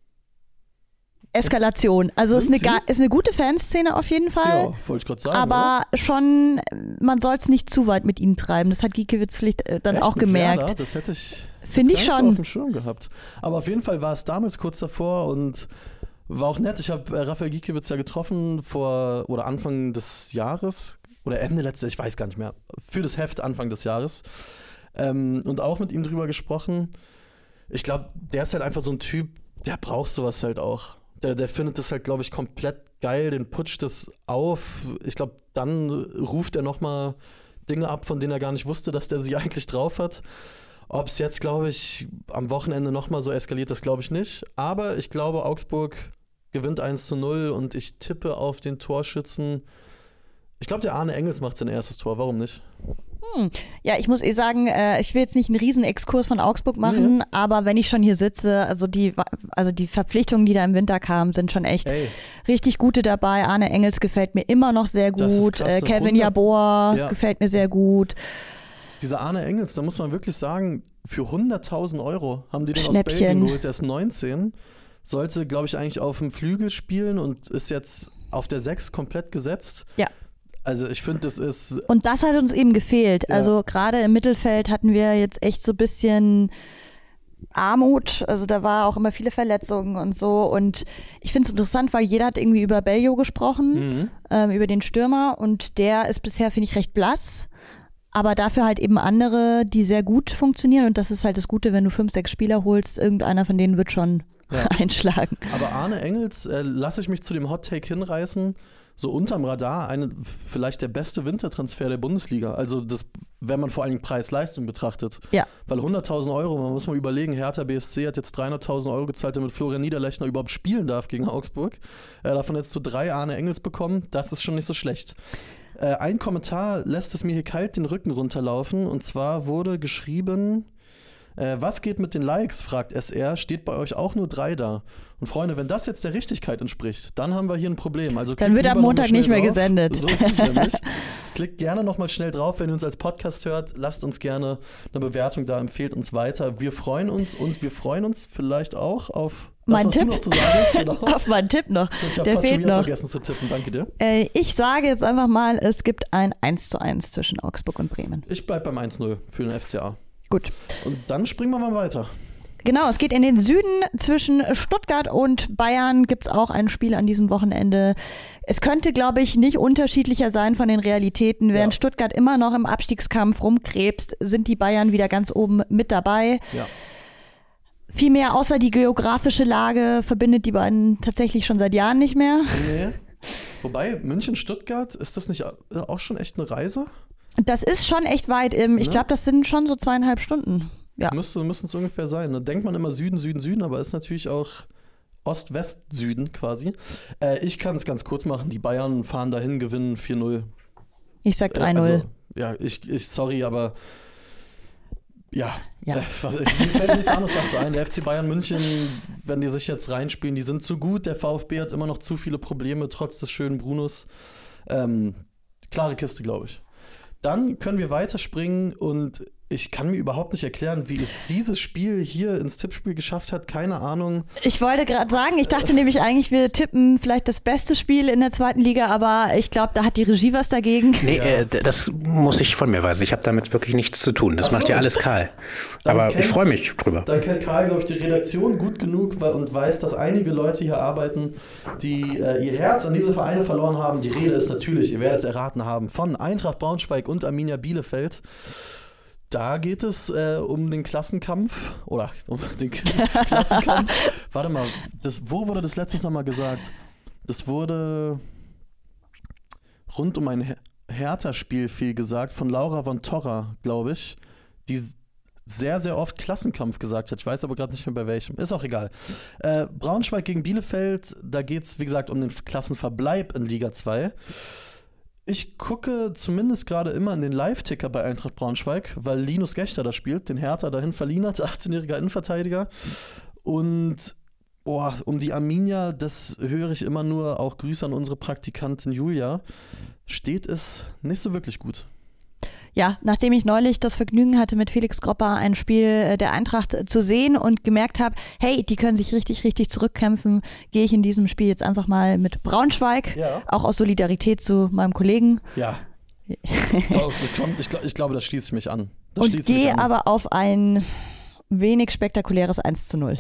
[SPEAKER 1] Eskalation. Also ist eine gute Fanszene auf jeden Fall.
[SPEAKER 2] Ja, wollte ich gerade sagen.
[SPEAKER 1] Aber schon, man soll es nicht zu weit mit ihnen treiben. Das hat Giekewitz vielleicht dann auch gemerkt.
[SPEAKER 2] Werder? Das hätte ich
[SPEAKER 1] schon
[SPEAKER 2] auf dem Schirm gehabt. Aber auf jeden Fall war es damals kurz davor und war auch nett. Ich habe Raphael Giekewitz ja getroffen vor Anfang des Jahres oder Ende letztes, ich weiß gar nicht mehr, für das Heft Anfang des Jahres und auch mit ihm drüber gesprochen. Ich glaube, der ist halt einfach so ein Typ, der braucht sowas halt auch. Der findet das halt, glaube ich, komplett geil, den putscht das auf. Ich glaube, dann ruft er nochmal Dinge ab, von denen er gar nicht wusste, dass der sie eigentlich drauf hat. Ob es jetzt, glaube ich, am Wochenende nochmal so eskaliert, das glaube ich nicht. Aber ich glaube, Augsburg gewinnt 1:0 und ich tippe auf den Torschützen. Ich glaube, der Arne Engels macht sein erstes Tor. Warum nicht?
[SPEAKER 1] Ja, ich muss sagen, ich will jetzt nicht einen riesen Exkurs von Augsburg machen, aber wenn ich schon hier sitze, also die Verpflichtungen, die da im Winter kamen, sind schon echt richtig gute dabei. Arne Engels gefällt mir immer noch sehr gut. Kevin Jabor gefällt mir sehr gut.
[SPEAKER 2] Dieser Arne Engels, da muss man wirklich sagen, für 100.000 € haben die den aus Belgien geholt. Der ist 19, sollte, glaube ich, eigentlich auf dem Flügel spielen und ist jetzt auf der 6 komplett gesetzt.
[SPEAKER 1] Ja.
[SPEAKER 2] Also ich finde, das ist...
[SPEAKER 1] Und das hat uns eben gefehlt. Ja. Also gerade im Mittelfeld hatten wir jetzt echt so ein bisschen Armut. Also da war auch immer viele Verletzungen und so. Und ich finde es interessant, weil jeder hat irgendwie über Beljo gesprochen, über den Stürmer. Und der ist bisher, finde ich, recht blass. Aber dafür halt eben andere, die sehr gut funktionieren. Und das ist halt das Gute, wenn du 5, 6 Spieler holst, irgendeiner von denen wird schon einschlagen.
[SPEAKER 2] Aber Arne Engels, lasse ich mich zu dem Hot-Take hinreißen, so unterm Radar, vielleicht der beste Wintertransfer der Bundesliga. Also das, wenn man vor allen Dingen Preis-Leistung betrachtet.
[SPEAKER 1] Ja.
[SPEAKER 2] Weil 100.000 €, man muss mal überlegen, Hertha BSC hat jetzt 300.000 € gezahlt, damit Florian Niederlechner überhaupt spielen darf gegen Augsburg. Davon jetzt so 3 Arne Engels bekommen, das ist schon nicht so schlecht. Ein Kommentar lässt es mir hier kalt den Rücken runterlaufen. Und zwar wurde geschrieben, was geht mit den Likes, fragt SR, steht bei euch auch nur 3 da. Und Freunde, wenn das jetzt der Richtigkeit entspricht, dann haben wir hier ein Problem. Also
[SPEAKER 1] dann wird am Montag nicht mehr gesendet.
[SPEAKER 2] So ist es nämlich. Klickt gerne nochmal schnell drauf, wenn ihr uns als Podcast hört. Lasst uns gerne eine Bewertung da, empfehlt uns weiter. Wir freuen uns und wir freuen uns vielleicht auch auf
[SPEAKER 1] mein Tipp.
[SPEAKER 2] Du noch zu sagen hast, genau.
[SPEAKER 1] Auf meinen Tipp noch.
[SPEAKER 2] Ich habe fast schon wieder vergessen zu tippen. Danke dir.
[SPEAKER 1] Ich sage jetzt einfach mal, es gibt ein 1:1 zwischen Augsburg und Bremen.
[SPEAKER 2] Ich bleibe beim 1:0 für den FCA.
[SPEAKER 1] Gut.
[SPEAKER 2] Und dann springen wir mal weiter.
[SPEAKER 1] Genau, es geht in den Süden. Zwischen Stuttgart und Bayern gibt es auch ein Spiel an diesem Wochenende. Es könnte, glaube ich, nicht unterschiedlicher sein von den Realitäten. Während Stuttgart immer noch im Abstiegskampf rumkrebst, sind die Bayern wieder ganz oben mit dabei. Ja. Viel mehr außer die geografische Lage verbindet die beiden tatsächlich schon seit Jahren nicht mehr.
[SPEAKER 2] Nee. Wobei, München-Stuttgart, ist das nicht auch schon echt eine Reise?
[SPEAKER 1] Das ist schon echt weit. Ich glaube, das sind schon so 2,5 Stunden. Ja.
[SPEAKER 2] Müssen es ungefähr sein. Da denkt man immer Süden, Süden, Süden, aber ist natürlich auch Ost-West-Süden quasi. Ich kann es ganz kurz machen. Die Bayern fahren dahin, gewinnen 4:0.
[SPEAKER 1] Ich sag 3:0.
[SPEAKER 2] Also, ja, sorry, aber ja. Mir fällt nichts anderes dazu ein. Der FC Bayern München, wenn die sich jetzt reinspielen, die sind zu gut. Der VfB hat immer noch zu viele Probleme, trotz des schönen Brunos. Klare Kiste, glaube ich. Dann können wir weiterspringen und ich kann mir überhaupt nicht erklären, wie es dieses Spiel hier ins Tippspiel geschafft hat. Keine Ahnung.
[SPEAKER 1] Ich wollte gerade sagen, ich dachte nämlich eigentlich, wir tippen vielleicht das beste Spiel in der 2. Liga, aber ich glaube, da hat die Regie was dagegen.
[SPEAKER 3] Nee, das muss ich von mir weisen. Ich habe damit wirklich nichts zu tun. Das macht ja alles Karl. Aber ich freue mich drüber.
[SPEAKER 2] Da kennt Karl, glaube ich, die Redaktion gut genug und weiß, dass einige Leute hier arbeiten, die ihr Herz an diese Vereine verloren haben. Die Rede ist natürlich, ihr werdet es erraten haben, von Eintracht Braunschweig und Arminia Bielefeld. Da geht es um den Klassenkampf. Oder um den Klassenkampf. Warte mal, wo wurde das letztes Mal gesagt? Das wurde rund um ein Hertha-Spiel viel gesagt von Laura von Torra, glaube ich, die sehr, sehr oft Klassenkampf gesagt hat. Ich weiß aber gerade nicht mehr bei welchem. Ist auch egal. Braunschweig gegen Bielefeld, da geht es, wie gesagt, um den Klassenverbleib in Liga 2. Ich gucke zumindest gerade immer in den Live-Ticker bei Eintracht Braunschweig, weil Linus Gächter da spielt, den Hertha dahin verliehen hat, 18-jähriger Innenverteidiger. Und um die Arminia, das höre ich immer nur, auch Grüße an unsere Praktikantin Julia, steht es nicht so wirklich gut.
[SPEAKER 1] Ja, nachdem ich neulich das Vergnügen hatte, mit Felix Gropper ein Spiel der Eintracht zu sehen und gemerkt habe, hey, die können sich richtig, richtig zurückkämpfen, gehe ich in diesem Spiel jetzt einfach mal mit Braunschweig, auch aus Solidarität zu meinem Kollegen.
[SPEAKER 2] Ja, doch, ich glaube, da schließe ich mich an.
[SPEAKER 1] Und gehe aber auf ein wenig spektakuläres 1:0.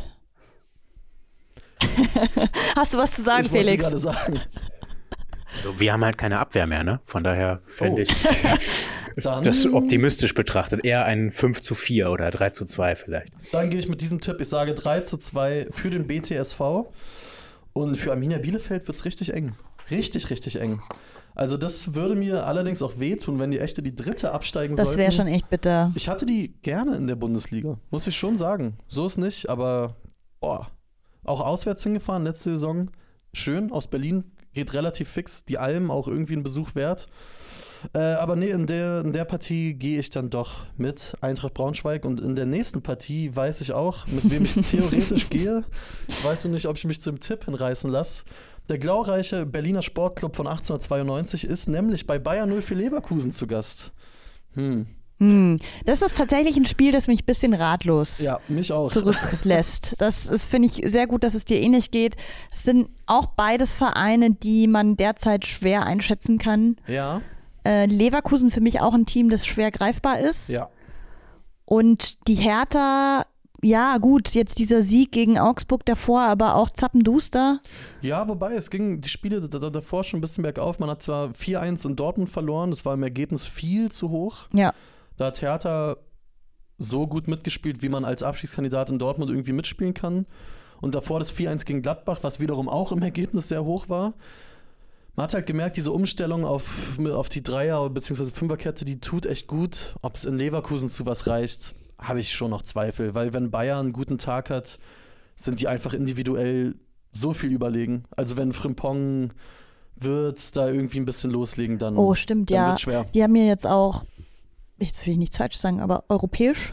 [SPEAKER 1] Hast du was zu sagen, Felix?
[SPEAKER 2] Ich wollte gerade sagen.
[SPEAKER 3] Also wir haben halt keine Abwehr mehr, ne? Von daher fände ich das optimistisch betrachtet eher ein 5:4 oder 3:2 vielleicht.
[SPEAKER 2] Dann gehe ich mit diesem Tipp, ich sage 3:2 für den BTSV. Und für Arminia Bielefeld wird es richtig eng. Richtig, richtig eng. Also das würde mir allerdings auch wehtun, wenn die Echte die dritte absteigen sollten.
[SPEAKER 1] Das wäre schon echt bitter.
[SPEAKER 2] Ich hatte die gerne in der Bundesliga, muss ich schon sagen. So ist nicht, aber auch auswärts hingefahren letzte Saison. Schön, aus Berlin, geht relativ fix. Die Alm auch irgendwie einen Besuch wert. Aber nee, in der Partie gehe ich dann doch mit Eintracht Braunschweig und in der nächsten Partie weiß ich auch, mit wem ich theoretisch gehe. Ich weiß nur nicht, ob ich mich zum Tipp hinreißen lasse. Der glorreiche Berliner Sportclub von 1892 ist nämlich bei Bayer 04 Leverkusen zu Gast.
[SPEAKER 1] Das ist tatsächlich ein Spiel, das mich ein bisschen ratlos
[SPEAKER 2] mich auch
[SPEAKER 1] zurücklässt. Das finde ich sehr gut, dass es dir ähnlich geht. Es sind auch beides Vereine, die man derzeit schwer einschätzen kann.
[SPEAKER 2] Ja.
[SPEAKER 1] Leverkusen für mich auch ein Team, das schwer greifbar ist.
[SPEAKER 2] Ja.
[SPEAKER 1] Und die Hertha, ja gut, jetzt dieser Sieg gegen Augsburg davor, aber auch zappenduster.
[SPEAKER 2] Ja, wobei, es ging die Spiele davor schon ein bisschen bergauf. Man hat zwar 4-1 in Dortmund verloren, das war im Ergebnis viel zu hoch.
[SPEAKER 1] Ja.
[SPEAKER 2] Da hat Hertha so gut mitgespielt, wie man als Abstiegskandidat in Dortmund irgendwie mitspielen kann. Und davor das 4-1 gegen Gladbach, was wiederum auch im Ergebnis sehr hoch war. Man hat halt gemerkt, diese Umstellung auf die Dreier- bzw. Fünferkette, die tut echt gut. Ob es in Leverkusen zu was reicht, habe ich schon noch Zweifel. Weil wenn Bayern einen guten Tag hat, sind die einfach individuell so viel überlegen. Also wenn Frimpong Wirtz da irgendwie ein bisschen loslegen, dann,
[SPEAKER 1] stimmt,
[SPEAKER 2] dann wird schwer.
[SPEAKER 1] Die haben mir jetzt auch, jetzt will ich nichts falsch sagen, aber europäisch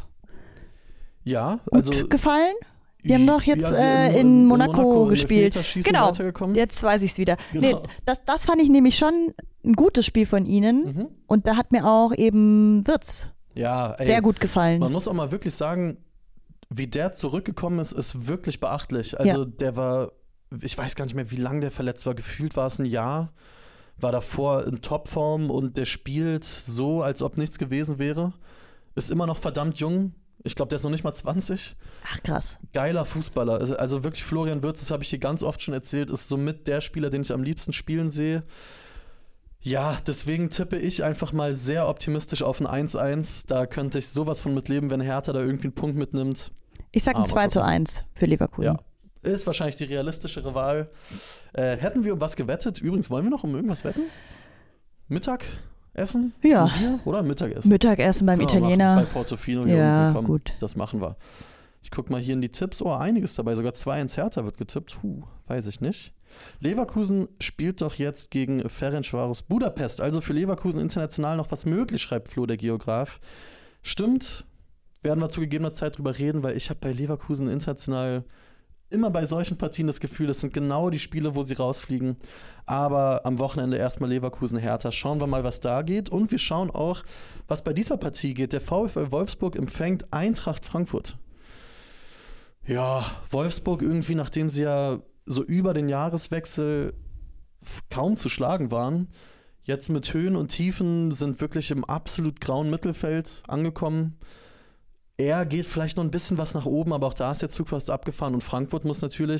[SPEAKER 1] gut gefallen. Die haben doch jetzt in Monaco gespielt. Genau, jetzt weiß ich es wieder. Genau. Nee, das fand ich nämlich schon ein gutes Spiel von ihnen. Und da hat mir auch eben Wirtz sehr gut gefallen.
[SPEAKER 2] Man muss auch mal wirklich sagen, wie der zurückgekommen ist wirklich beachtlich. Also der war, ich weiß gar nicht mehr, wie lange der verletzt war. Gefühlt war es ein Jahr. War davor in Topform und der spielt so, als ob nichts gewesen wäre. Ist immer noch verdammt jung. Ich glaube, der ist noch nicht mal 20.
[SPEAKER 1] Ach, krass.
[SPEAKER 2] Geiler Fußballer. Also wirklich Florian Wirtz, das habe ich hier ganz oft schon erzählt, ist somit der Spieler, den ich am liebsten spielen sehe. Ja, deswegen tippe ich einfach mal sehr optimistisch auf ein 1-1. Da könnte ich sowas von mitleben, wenn Hertha da irgendwie einen Punkt mitnimmt.
[SPEAKER 1] Ich sage ein 2-1 für Leverkusen.
[SPEAKER 2] Ja, ist wahrscheinlich die realistischere Wahl. Hätten wir um was gewettet? Übrigens, wollen wir noch um irgendwas wetten? Mittagessen?
[SPEAKER 1] Ja.
[SPEAKER 2] Bier oder Mittagessen?
[SPEAKER 1] Mittagessen beim Italiener.
[SPEAKER 2] Bei Portofino hier kommen. Gut. Das machen wir. Ich gucke mal hier in die Tipps. Einiges dabei. Sogar 2-1 Hertha wird getippt. Weiß ich nicht. Leverkusen spielt doch jetzt gegen Ferencváros Budapest. Also für Leverkusen international noch was möglich, schreibt Flo, der Geograf. Stimmt. Werden wir zu gegebener Zeit drüber reden, weil ich habe bei Leverkusen international immer bei solchen Partien das Gefühl, das sind genau die Spiele, wo sie rausfliegen. Aber am Wochenende erstmal Leverkusen-Hertha. Schauen wir mal, was da geht. Und wir schauen auch, was bei dieser Partie geht. Der VfL Wolfsburg empfängt Eintracht Frankfurt. Ja, Wolfsburg irgendwie, nachdem sie ja so über den Jahreswechsel kaum zu schlagen waren, jetzt mit Höhen und Tiefen sind wirklich im absolut grauen Mittelfeld angekommen. Er geht vielleicht noch ein bisschen was nach oben, aber auch da ist der Zug fast abgefahren. Und Frankfurt muss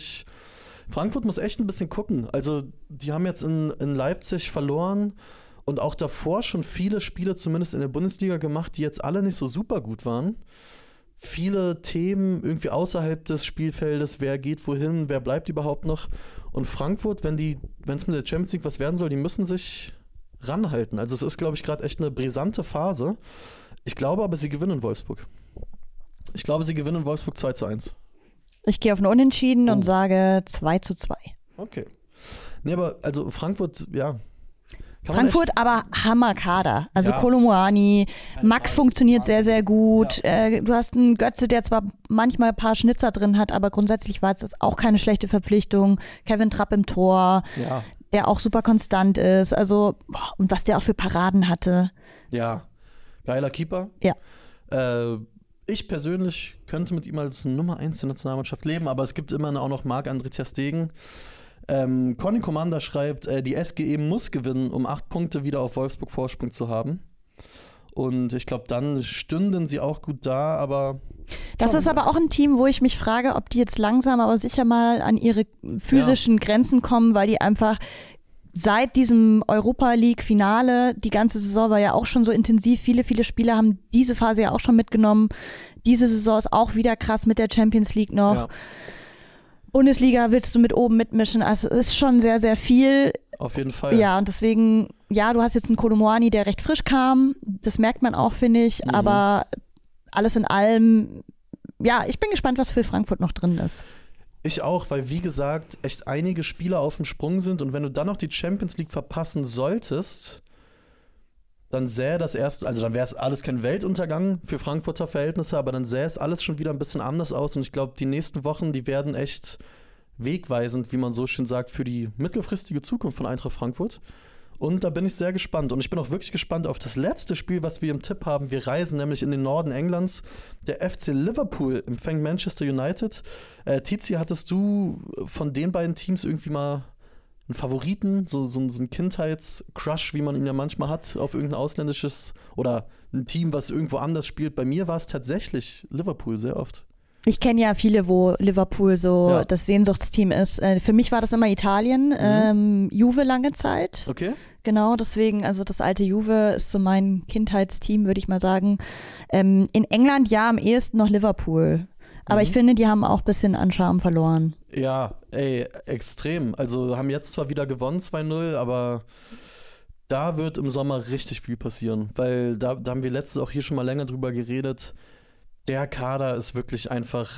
[SPEAKER 2] echt ein bisschen gucken. Also die haben jetzt in Leipzig verloren und auch davor schon viele Spiele zumindest in der Bundesliga gemacht, die jetzt alle nicht so super gut waren. Viele Themen irgendwie außerhalb des Spielfeldes, wer geht wohin, wer bleibt überhaupt noch. Und Frankfurt, wenn es mit der Champions League was werden soll, die müssen sich ranhalten. Also es ist, glaube ich, gerade echt eine brisante Phase. Ich glaube aber, sie gewinnen Wolfsburg. Ich glaube, sie gewinnen Wolfsburg 2-1.
[SPEAKER 1] Ich gehe auf ein Unentschieden und sage 2-2.
[SPEAKER 2] Okay. Nee, aber also Frankfurt, ja.
[SPEAKER 1] Frankfurt, aber Hammerkader. Also Kolo Muani, Max funktioniert sehr, sehr gut. Ja. Du hast einen Götze, der zwar manchmal ein paar Schnitzer drin hat, aber grundsätzlich war es auch keine schlechte Verpflichtung. Kevin Trapp im Tor, der auch super konstant ist. Also, und was der auch für Paraden hatte.
[SPEAKER 2] Ja, geiler Keeper.
[SPEAKER 1] Ja.
[SPEAKER 2] Ich persönlich könnte mit ihm als Nummer 1 der Nationalmannschaft leben, aber es gibt immer auch noch Marc-André ter Stegen. Conny Commander schreibt, die SGE muss gewinnen, um 8 Punkte wieder auf Wolfsburg Vorsprung zu haben. Und ich glaube, dann stünden sie auch gut da, aber...
[SPEAKER 1] Das ist aber auch ein Team, wo ich mich frage, ob die jetzt langsam aber sicher mal an ihre physischen Grenzen kommen, weil die einfach seit diesem Europa-League-Finale, die ganze Saison war ja auch schon so intensiv, viele Spieler haben diese Phase ja auch schon mitgenommen. Diese Saison ist auch wieder krass mit der Champions League noch. Ja. Bundesliga willst du mit oben mitmischen. Also es ist schon sehr, sehr viel.
[SPEAKER 2] Auf jeden Fall.
[SPEAKER 1] Ja, und deswegen, ja, du hast jetzt einen Kolo Muani, der recht frisch kam. Das merkt man auch, finde ich. Aber alles in allem, ja, ich bin gespannt, was für Frankfurt noch drin ist.
[SPEAKER 2] Ich auch, weil wie gesagt, echt einige Spieler auf dem Sprung sind und wenn du dann noch die Champions League verpassen solltest, dann sähe das erst, also dann wäre es alles kein Weltuntergang für Frankfurter Verhältnisse, aber dann sähe es alles schon wieder ein bisschen anders aus und ich glaube, die nächsten Wochen, die werden echt wegweisend, wie man so schön sagt, für die mittelfristige Zukunft von Eintracht Frankfurt. Und da bin ich sehr gespannt. Und ich bin auch wirklich gespannt auf das letzte Spiel, was wir im Tipp haben. Wir reisen nämlich in den Norden Englands. Der FC Liverpool empfängt Manchester United. Tizi, hattest du von den beiden Teams irgendwie mal einen Favoriten? So einen Kindheitscrush, wie man ihn ja manchmal hat, auf irgendein ausländisches oder ein Team, was irgendwo anders spielt? Bei mir war es tatsächlich Liverpool sehr oft.
[SPEAKER 1] Ich kenne ja viele, wo Liverpool so das Sehnsuchtsteam ist. Für mich war das immer Italien, Juve lange Zeit.
[SPEAKER 2] Okay.
[SPEAKER 1] Genau, deswegen, also das alte Juve ist so mein Kindheitsteam, würde ich mal sagen. In England ja am ehesten noch Liverpool. Aber ich finde, die haben auch ein bisschen an Charme verloren.
[SPEAKER 2] Ja, extrem. Also haben jetzt zwar wieder gewonnen, 2-0, aber da wird im Sommer richtig viel passieren. Weil da haben wir letztes auch hier schon mal länger drüber geredet. Der Kader ist wirklich einfach,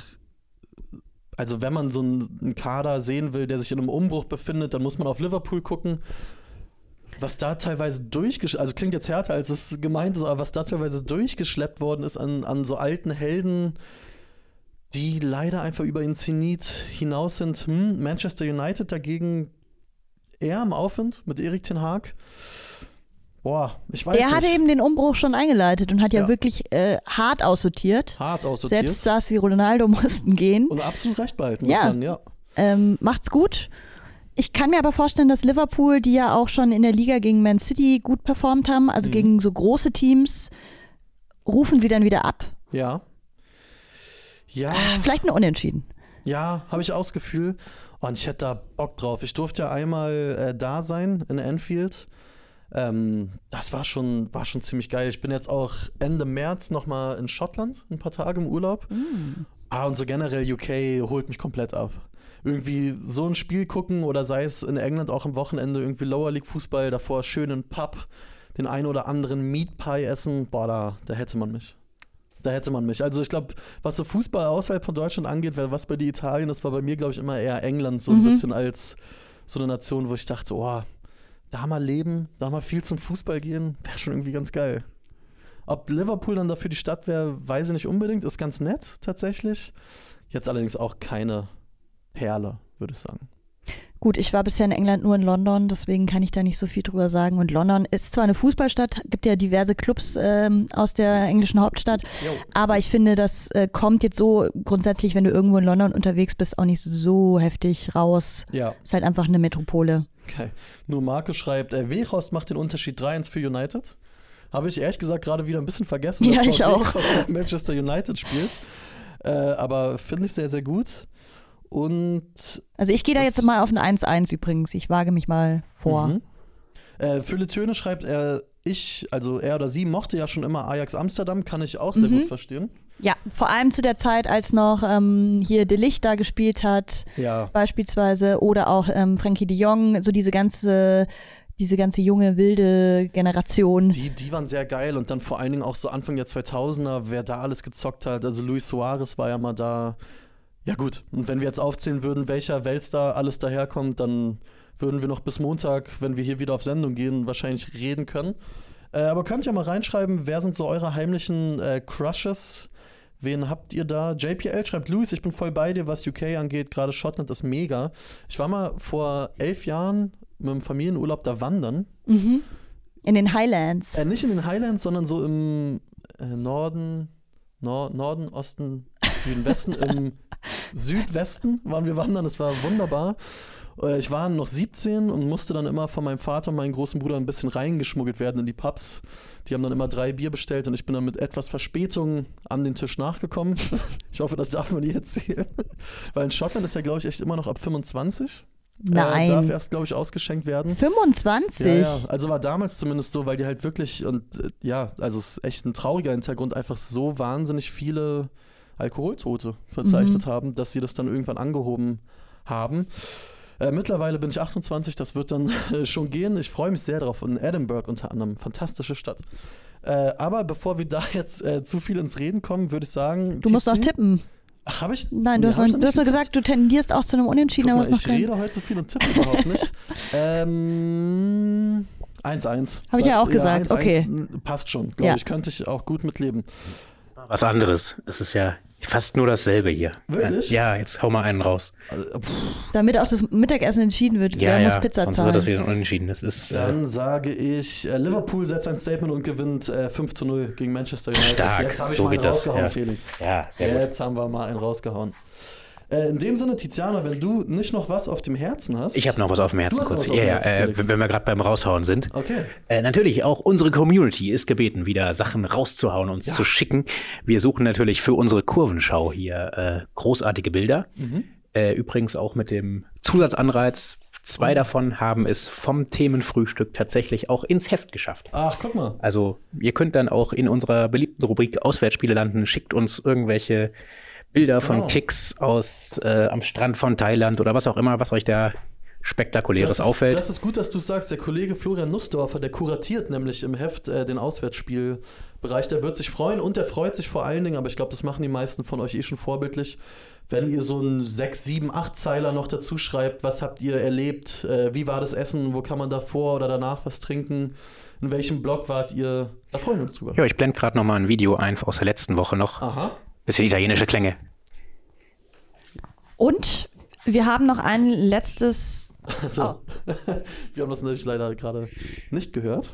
[SPEAKER 2] also wenn man so einen Kader sehen will, der sich in einem Umbruch befindet, dann muss man auf Liverpool gucken. Was da teilweise also klingt jetzt härter, als es gemeint ist, aber was da teilweise durchgeschleppt worden ist an so alten Helden, die leider einfach über den Zenit hinaus sind. Manchester United dagegen eher im Aufwind mit Erik ten Hag. Boah, ich weiß nicht.
[SPEAKER 1] Er hatte eben den Umbruch schon eingeleitet und hat ja wirklich hart aussortiert. Selbst Stars wie Ronaldo mussten gehen.
[SPEAKER 2] Und absolut recht behalten muss man, ja.
[SPEAKER 1] Macht's gut. Ich kann mir aber vorstellen, dass Liverpool, die ja auch schon in der Liga gegen Man City gut performt haben, also gegen so große Teams, rufen sie dann wieder ab.
[SPEAKER 2] Ja. Ja.
[SPEAKER 1] Vielleicht ein Unentschieden.
[SPEAKER 2] Ja, habe ich auch das Gefühl. Und ich hätte da Bock drauf. Ich durfte ja einmal da sein in Anfield. Das war schon ziemlich geil. Ich bin jetzt auch Ende März nochmal in Schottland, ein paar Tage im Urlaub. Und so generell UK holt mich komplett ab. Irgendwie so ein Spiel gucken oder sei es in England auch am Wochenende irgendwie Lower League Fußball, davor schön in Pub, den ein oder anderen Meat Pie essen. Boah, da hätte man mich. Da hätte man mich. Also ich glaube, was so Fußball außerhalb von Deutschland angeht, was bei dir Italien, das war bei mir, glaube ich, immer eher England so ein bisschen als so eine Nation, wo ich dachte, oh, da mal leben, da mal viel zum Fußball gehen, wäre schon irgendwie ganz geil. Ob Liverpool dann dafür die Stadt wäre, weiß ich nicht unbedingt. Ist ganz nett tatsächlich. Jetzt allerdings auch keine Perle, würde ich sagen.
[SPEAKER 1] Gut, ich war bisher in England nur in London, deswegen kann ich da nicht so viel drüber sagen. Und London ist zwar eine Fußballstadt, gibt ja diverse Clubs aus der englischen Hauptstadt, aber ich finde, das kommt jetzt so grundsätzlich, wenn du irgendwo in London unterwegs bist, auch nicht so heftig raus. Ja. Ist halt einfach eine Metropole.
[SPEAKER 2] Okay. Nur Marco schreibt, Weghorst macht den Unterschied 3-1 für United. Habe ich ehrlich gesagt gerade wieder ein bisschen vergessen,
[SPEAKER 1] dass ich auch
[SPEAKER 2] mit Manchester United spielt. Aber finde ich sehr, sehr gut. Und
[SPEAKER 1] also ich gehe da jetzt mal auf ein 1-1 übrigens. Ich wage mich mal vor.
[SPEAKER 2] Fülle Töne schreibt, er oder sie mochte ja schon immer Ajax Amsterdam, kann ich auch sehr gut verstehen.
[SPEAKER 1] Ja, vor allem zu der Zeit, als noch hier De Ligt da gespielt hat, beispielsweise, oder auch Frenkie de Jong, so diese ganze junge, wilde Generation.
[SPEAKER 2] Die waren sehr geil und dann vor allen Dingen auch so Anfang der 2000er, wer da alles gezockt hat, also Luis Suarez war ja mal da. Ja gut, und wenn wir jetzt aufzählen würden, welcher Weltstar alles daherkommt, dann würden wir noch bis Montag, wenn wir hier wieder auf Sendung gehen, wahrscheinlich reden können. Aber könnt ihr mal reinschreiben, wer sind so eure heimlichen Crushes? Wen habt ihr da? JPL schreibt, Luis, ich bin voll bei dir, was UK angeht, gerade Schottland ist mega. Ich war mal vor 11 Jahren mit dem Familienurlaub da wandern.
[SPEAKER 1] In den Highlands.
[SPEAKER 2] Nicht in den Highlands, sondern so im Norden, Osten, Süden, Westen, im Südwesten waren wir wandern, das war wunderbar. Ich war noch 17 und musste dann immer von meinem Vater und meinem großen Bruder ein bisschen reingeschmuggelt werden in die Pubs. Die haben dann immer 3 Bier bestellt und ich bin dann mit etwas Verspätung an den Tisch nachgekommen. Ich hoffe, das darf man nie erzählen. Weil in Schottland ist ja, glaube ich, echt immer noch ab 25.
[SPEAKER 1] Nein.
[SPEAKER 2] Darf erst, glaube ich, ausgeschenkt werden.
[SPEAKER 1] 25?
[SPEAKER 2] Ja. Also war damals zumindest so, weil die halt wirklich, also es ist echt ein trauriger Hintergrund, einfach so wahnsinnig viele Alkoholtote verzeichnet haben, dass sie das dann irgendwann angehoben haben. Mittlerweile bin ich 28, das wird dann schon gehen. Ich freue mich sehr drauf. In Edinburgh unter anderem, fantastische Stadt. Aber bevor wir da jetzt zu viel ins Reden kommen, würde ich sagen...
[SPEAKER 1] Du musst auch tippen.
[SPEAKER 2] Ach, habe ich?
[SPEAKER 1] Nein, du hast nur gesagt, du tendierst auch zu einem Unentschieden.
[SPEAKER 2] Guck mal, ich rede heute so viel und tippe überhaupt nicht. 1-1.
[SPEAKER 1] Habe ich ja auch gesagt,
[SPEAKER 2] 1-1
[SPEAKER 1] okay.
[SPEAKER 2] Passt schon, glaube ich. Könnte ich auch gut mitleben.
[SPEAKER 3] Was anderes. Es ist ja fast nur dasselbe hier.
[SPEAKER 2] Wirklich?
[SPEAKER 3] Ja, jetzt hau mal einen raus.
[SPEAKER 1] Damit auch das Mittagessen entschieden wird. Wer muss Pizza
[SPEAKER 3] sonst
[SPEAKER 1] zahlen?
[SPEAKER 3] wird das wieder unentschieden. Das ist,
[SPEAKER 2] Dann sage ich, Liverpool setzt ein Statement und gewinnt 5-0 gegen Manchester United.
[SPEAKER 3] Stark,
[SPEAKER 2] Jetzt habe ich
[SPEAKER 3] so
[SPEAKER 2] mal einen
[SPEAKER 3] geht das,
[SPEAKER 2] rausgehauen,
[SPEAKER 3] ja.
[SPEAKER 2] Felix.
[SPEAKER 3] Ja, sehr gut.
[SPEAKER 2] Jetzt haben wir mal einen rausgehauen. In dem Sinne, Tiziana, wenn du nicht noch was auf dem Herzen hast.
[SPEAKER 3] Ich habe noch was auf dem Herzen
[SPEAKER 2] Du hast
[SPEAKER 3] kurz.
[SPEAKER 2] was auf dem Herzen, Felix.
[SPEAKER 3] Wenn wir gerade beim Raushauen sind.
[SPEAKER 2] Okay.
[SPEAKER 3] Natürlich, auch unsere Community ist gebeten, wieder Sachen rauszuhauen, uns zu schicken. Wir suchen natürlich für unsere Kurvenschau hier großartige Bilder. Übrigens auch mit dem Zusatzanreiz. 2 davon haben es vom Themenfrühstück tatsächlich auch ins Heft geschafft.
[SPEAKER 2] Ach, guck mal.
[SPEAKER 3] Also ihr könnt dann auch in unserer beliebten Rubrik Auswärtsspiele landen. Schickt uns irgendwelche Bilder von Kicks aus am Strand von Thailand oder was auch immer, was euch da Spektakuläres auffällt.
[SPEAKER 2] Das ist gut, dass du sagst. Der Kollege Florian Nussdorfer, der kuratiert nämlich im Heft den Auswärtsspielbereich. Der wird sich freuen und der freut sich vor allen Dingen, aber ich glaube, das machen die meisten von euch schon vorbildlich, wenn ihr so einen 6, 7, 8 Zeiler noch dazu schreibt. Was habt ihr erlebt? Wie war das Essen? Wo kann man davor oder danach was trinken? In welchem Blog wart ihr? Da freuen wir uns drüber.
[SPEAKER 3] Ja, ich blende gerade noch mal ein Video ein aus der letzten Woche noch.
[SPEAKER 2] Aha.
[SPEAKER 3] Bisschen italienische Klänge.
[SPEAKER 1] Und wir haben noch ein letztes...
[SPEAKER 2] So. Wir haben das nämlich leider gerade nicht gehört.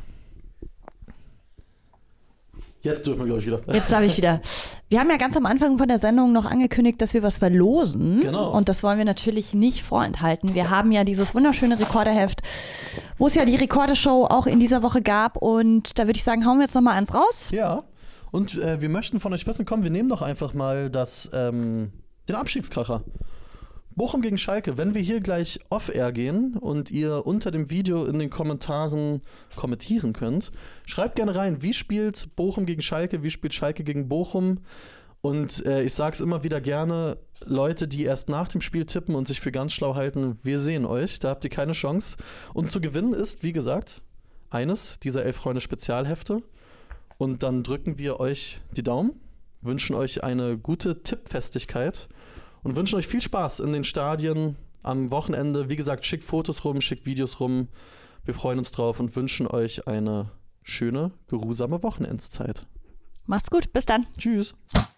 [SPEAKER 2] Jetzt dürfen wir, glaube ich, wieder.
[SPEAKER 1] Jetzt darf ich wieder. Wir haben ja ganz am Anfang von der Sendung noch angekündigt, dass wir was verlosen.
[SPEAKER 2] Genau.
[SPEAKER 1] Und das wollen wir natürlich nicht vorenthalten. Wir haben ja dieses wunderschöne Rekorderheft, wo es ja die Rekordeshow auch in dieser Woche gab. Und da würde ich sagen, hauen wir jetzt noch mal eins raus.
[SPEAKER 2] Ja. Und wir möchten von euch wissen, komm, wir nehmen doch einfach mal den Abstiegskracher. Bochum gegen Schalke. Wenn wir hier gleich off-air gehen und ihr unter dem Video in den Kommentaren kommentieren könnt, schreibt gerne rein, wie spielt Bochum gegen Schalke, wie spielt Schalke gegen Bochum. Und ich sag's immer wieder gerne, Leute, die erst nach dem Spiel tippen und sich für ganz schlau halten, wir sehen euch, da habt ihr keine Chance. Und zu gewinnen ist, wie gesagt, eines dieser 11 Freunde Spezialhefte. Und dann drücken wir euch die Daumen, wünschen euch eine gute Tippfestigkeit und wünschen euch viel Spaß in den Stadien am Wochenende. Wie gesagt, schickt Fotos rum, schickt Videos rum. Wir freuen uns drauf und wünschen euch eine schöne, geruhsame Wochenendszeit.
[SPEAKER 1] Macht's gut, bis dann.
[SPEAKER 2] Tschüss.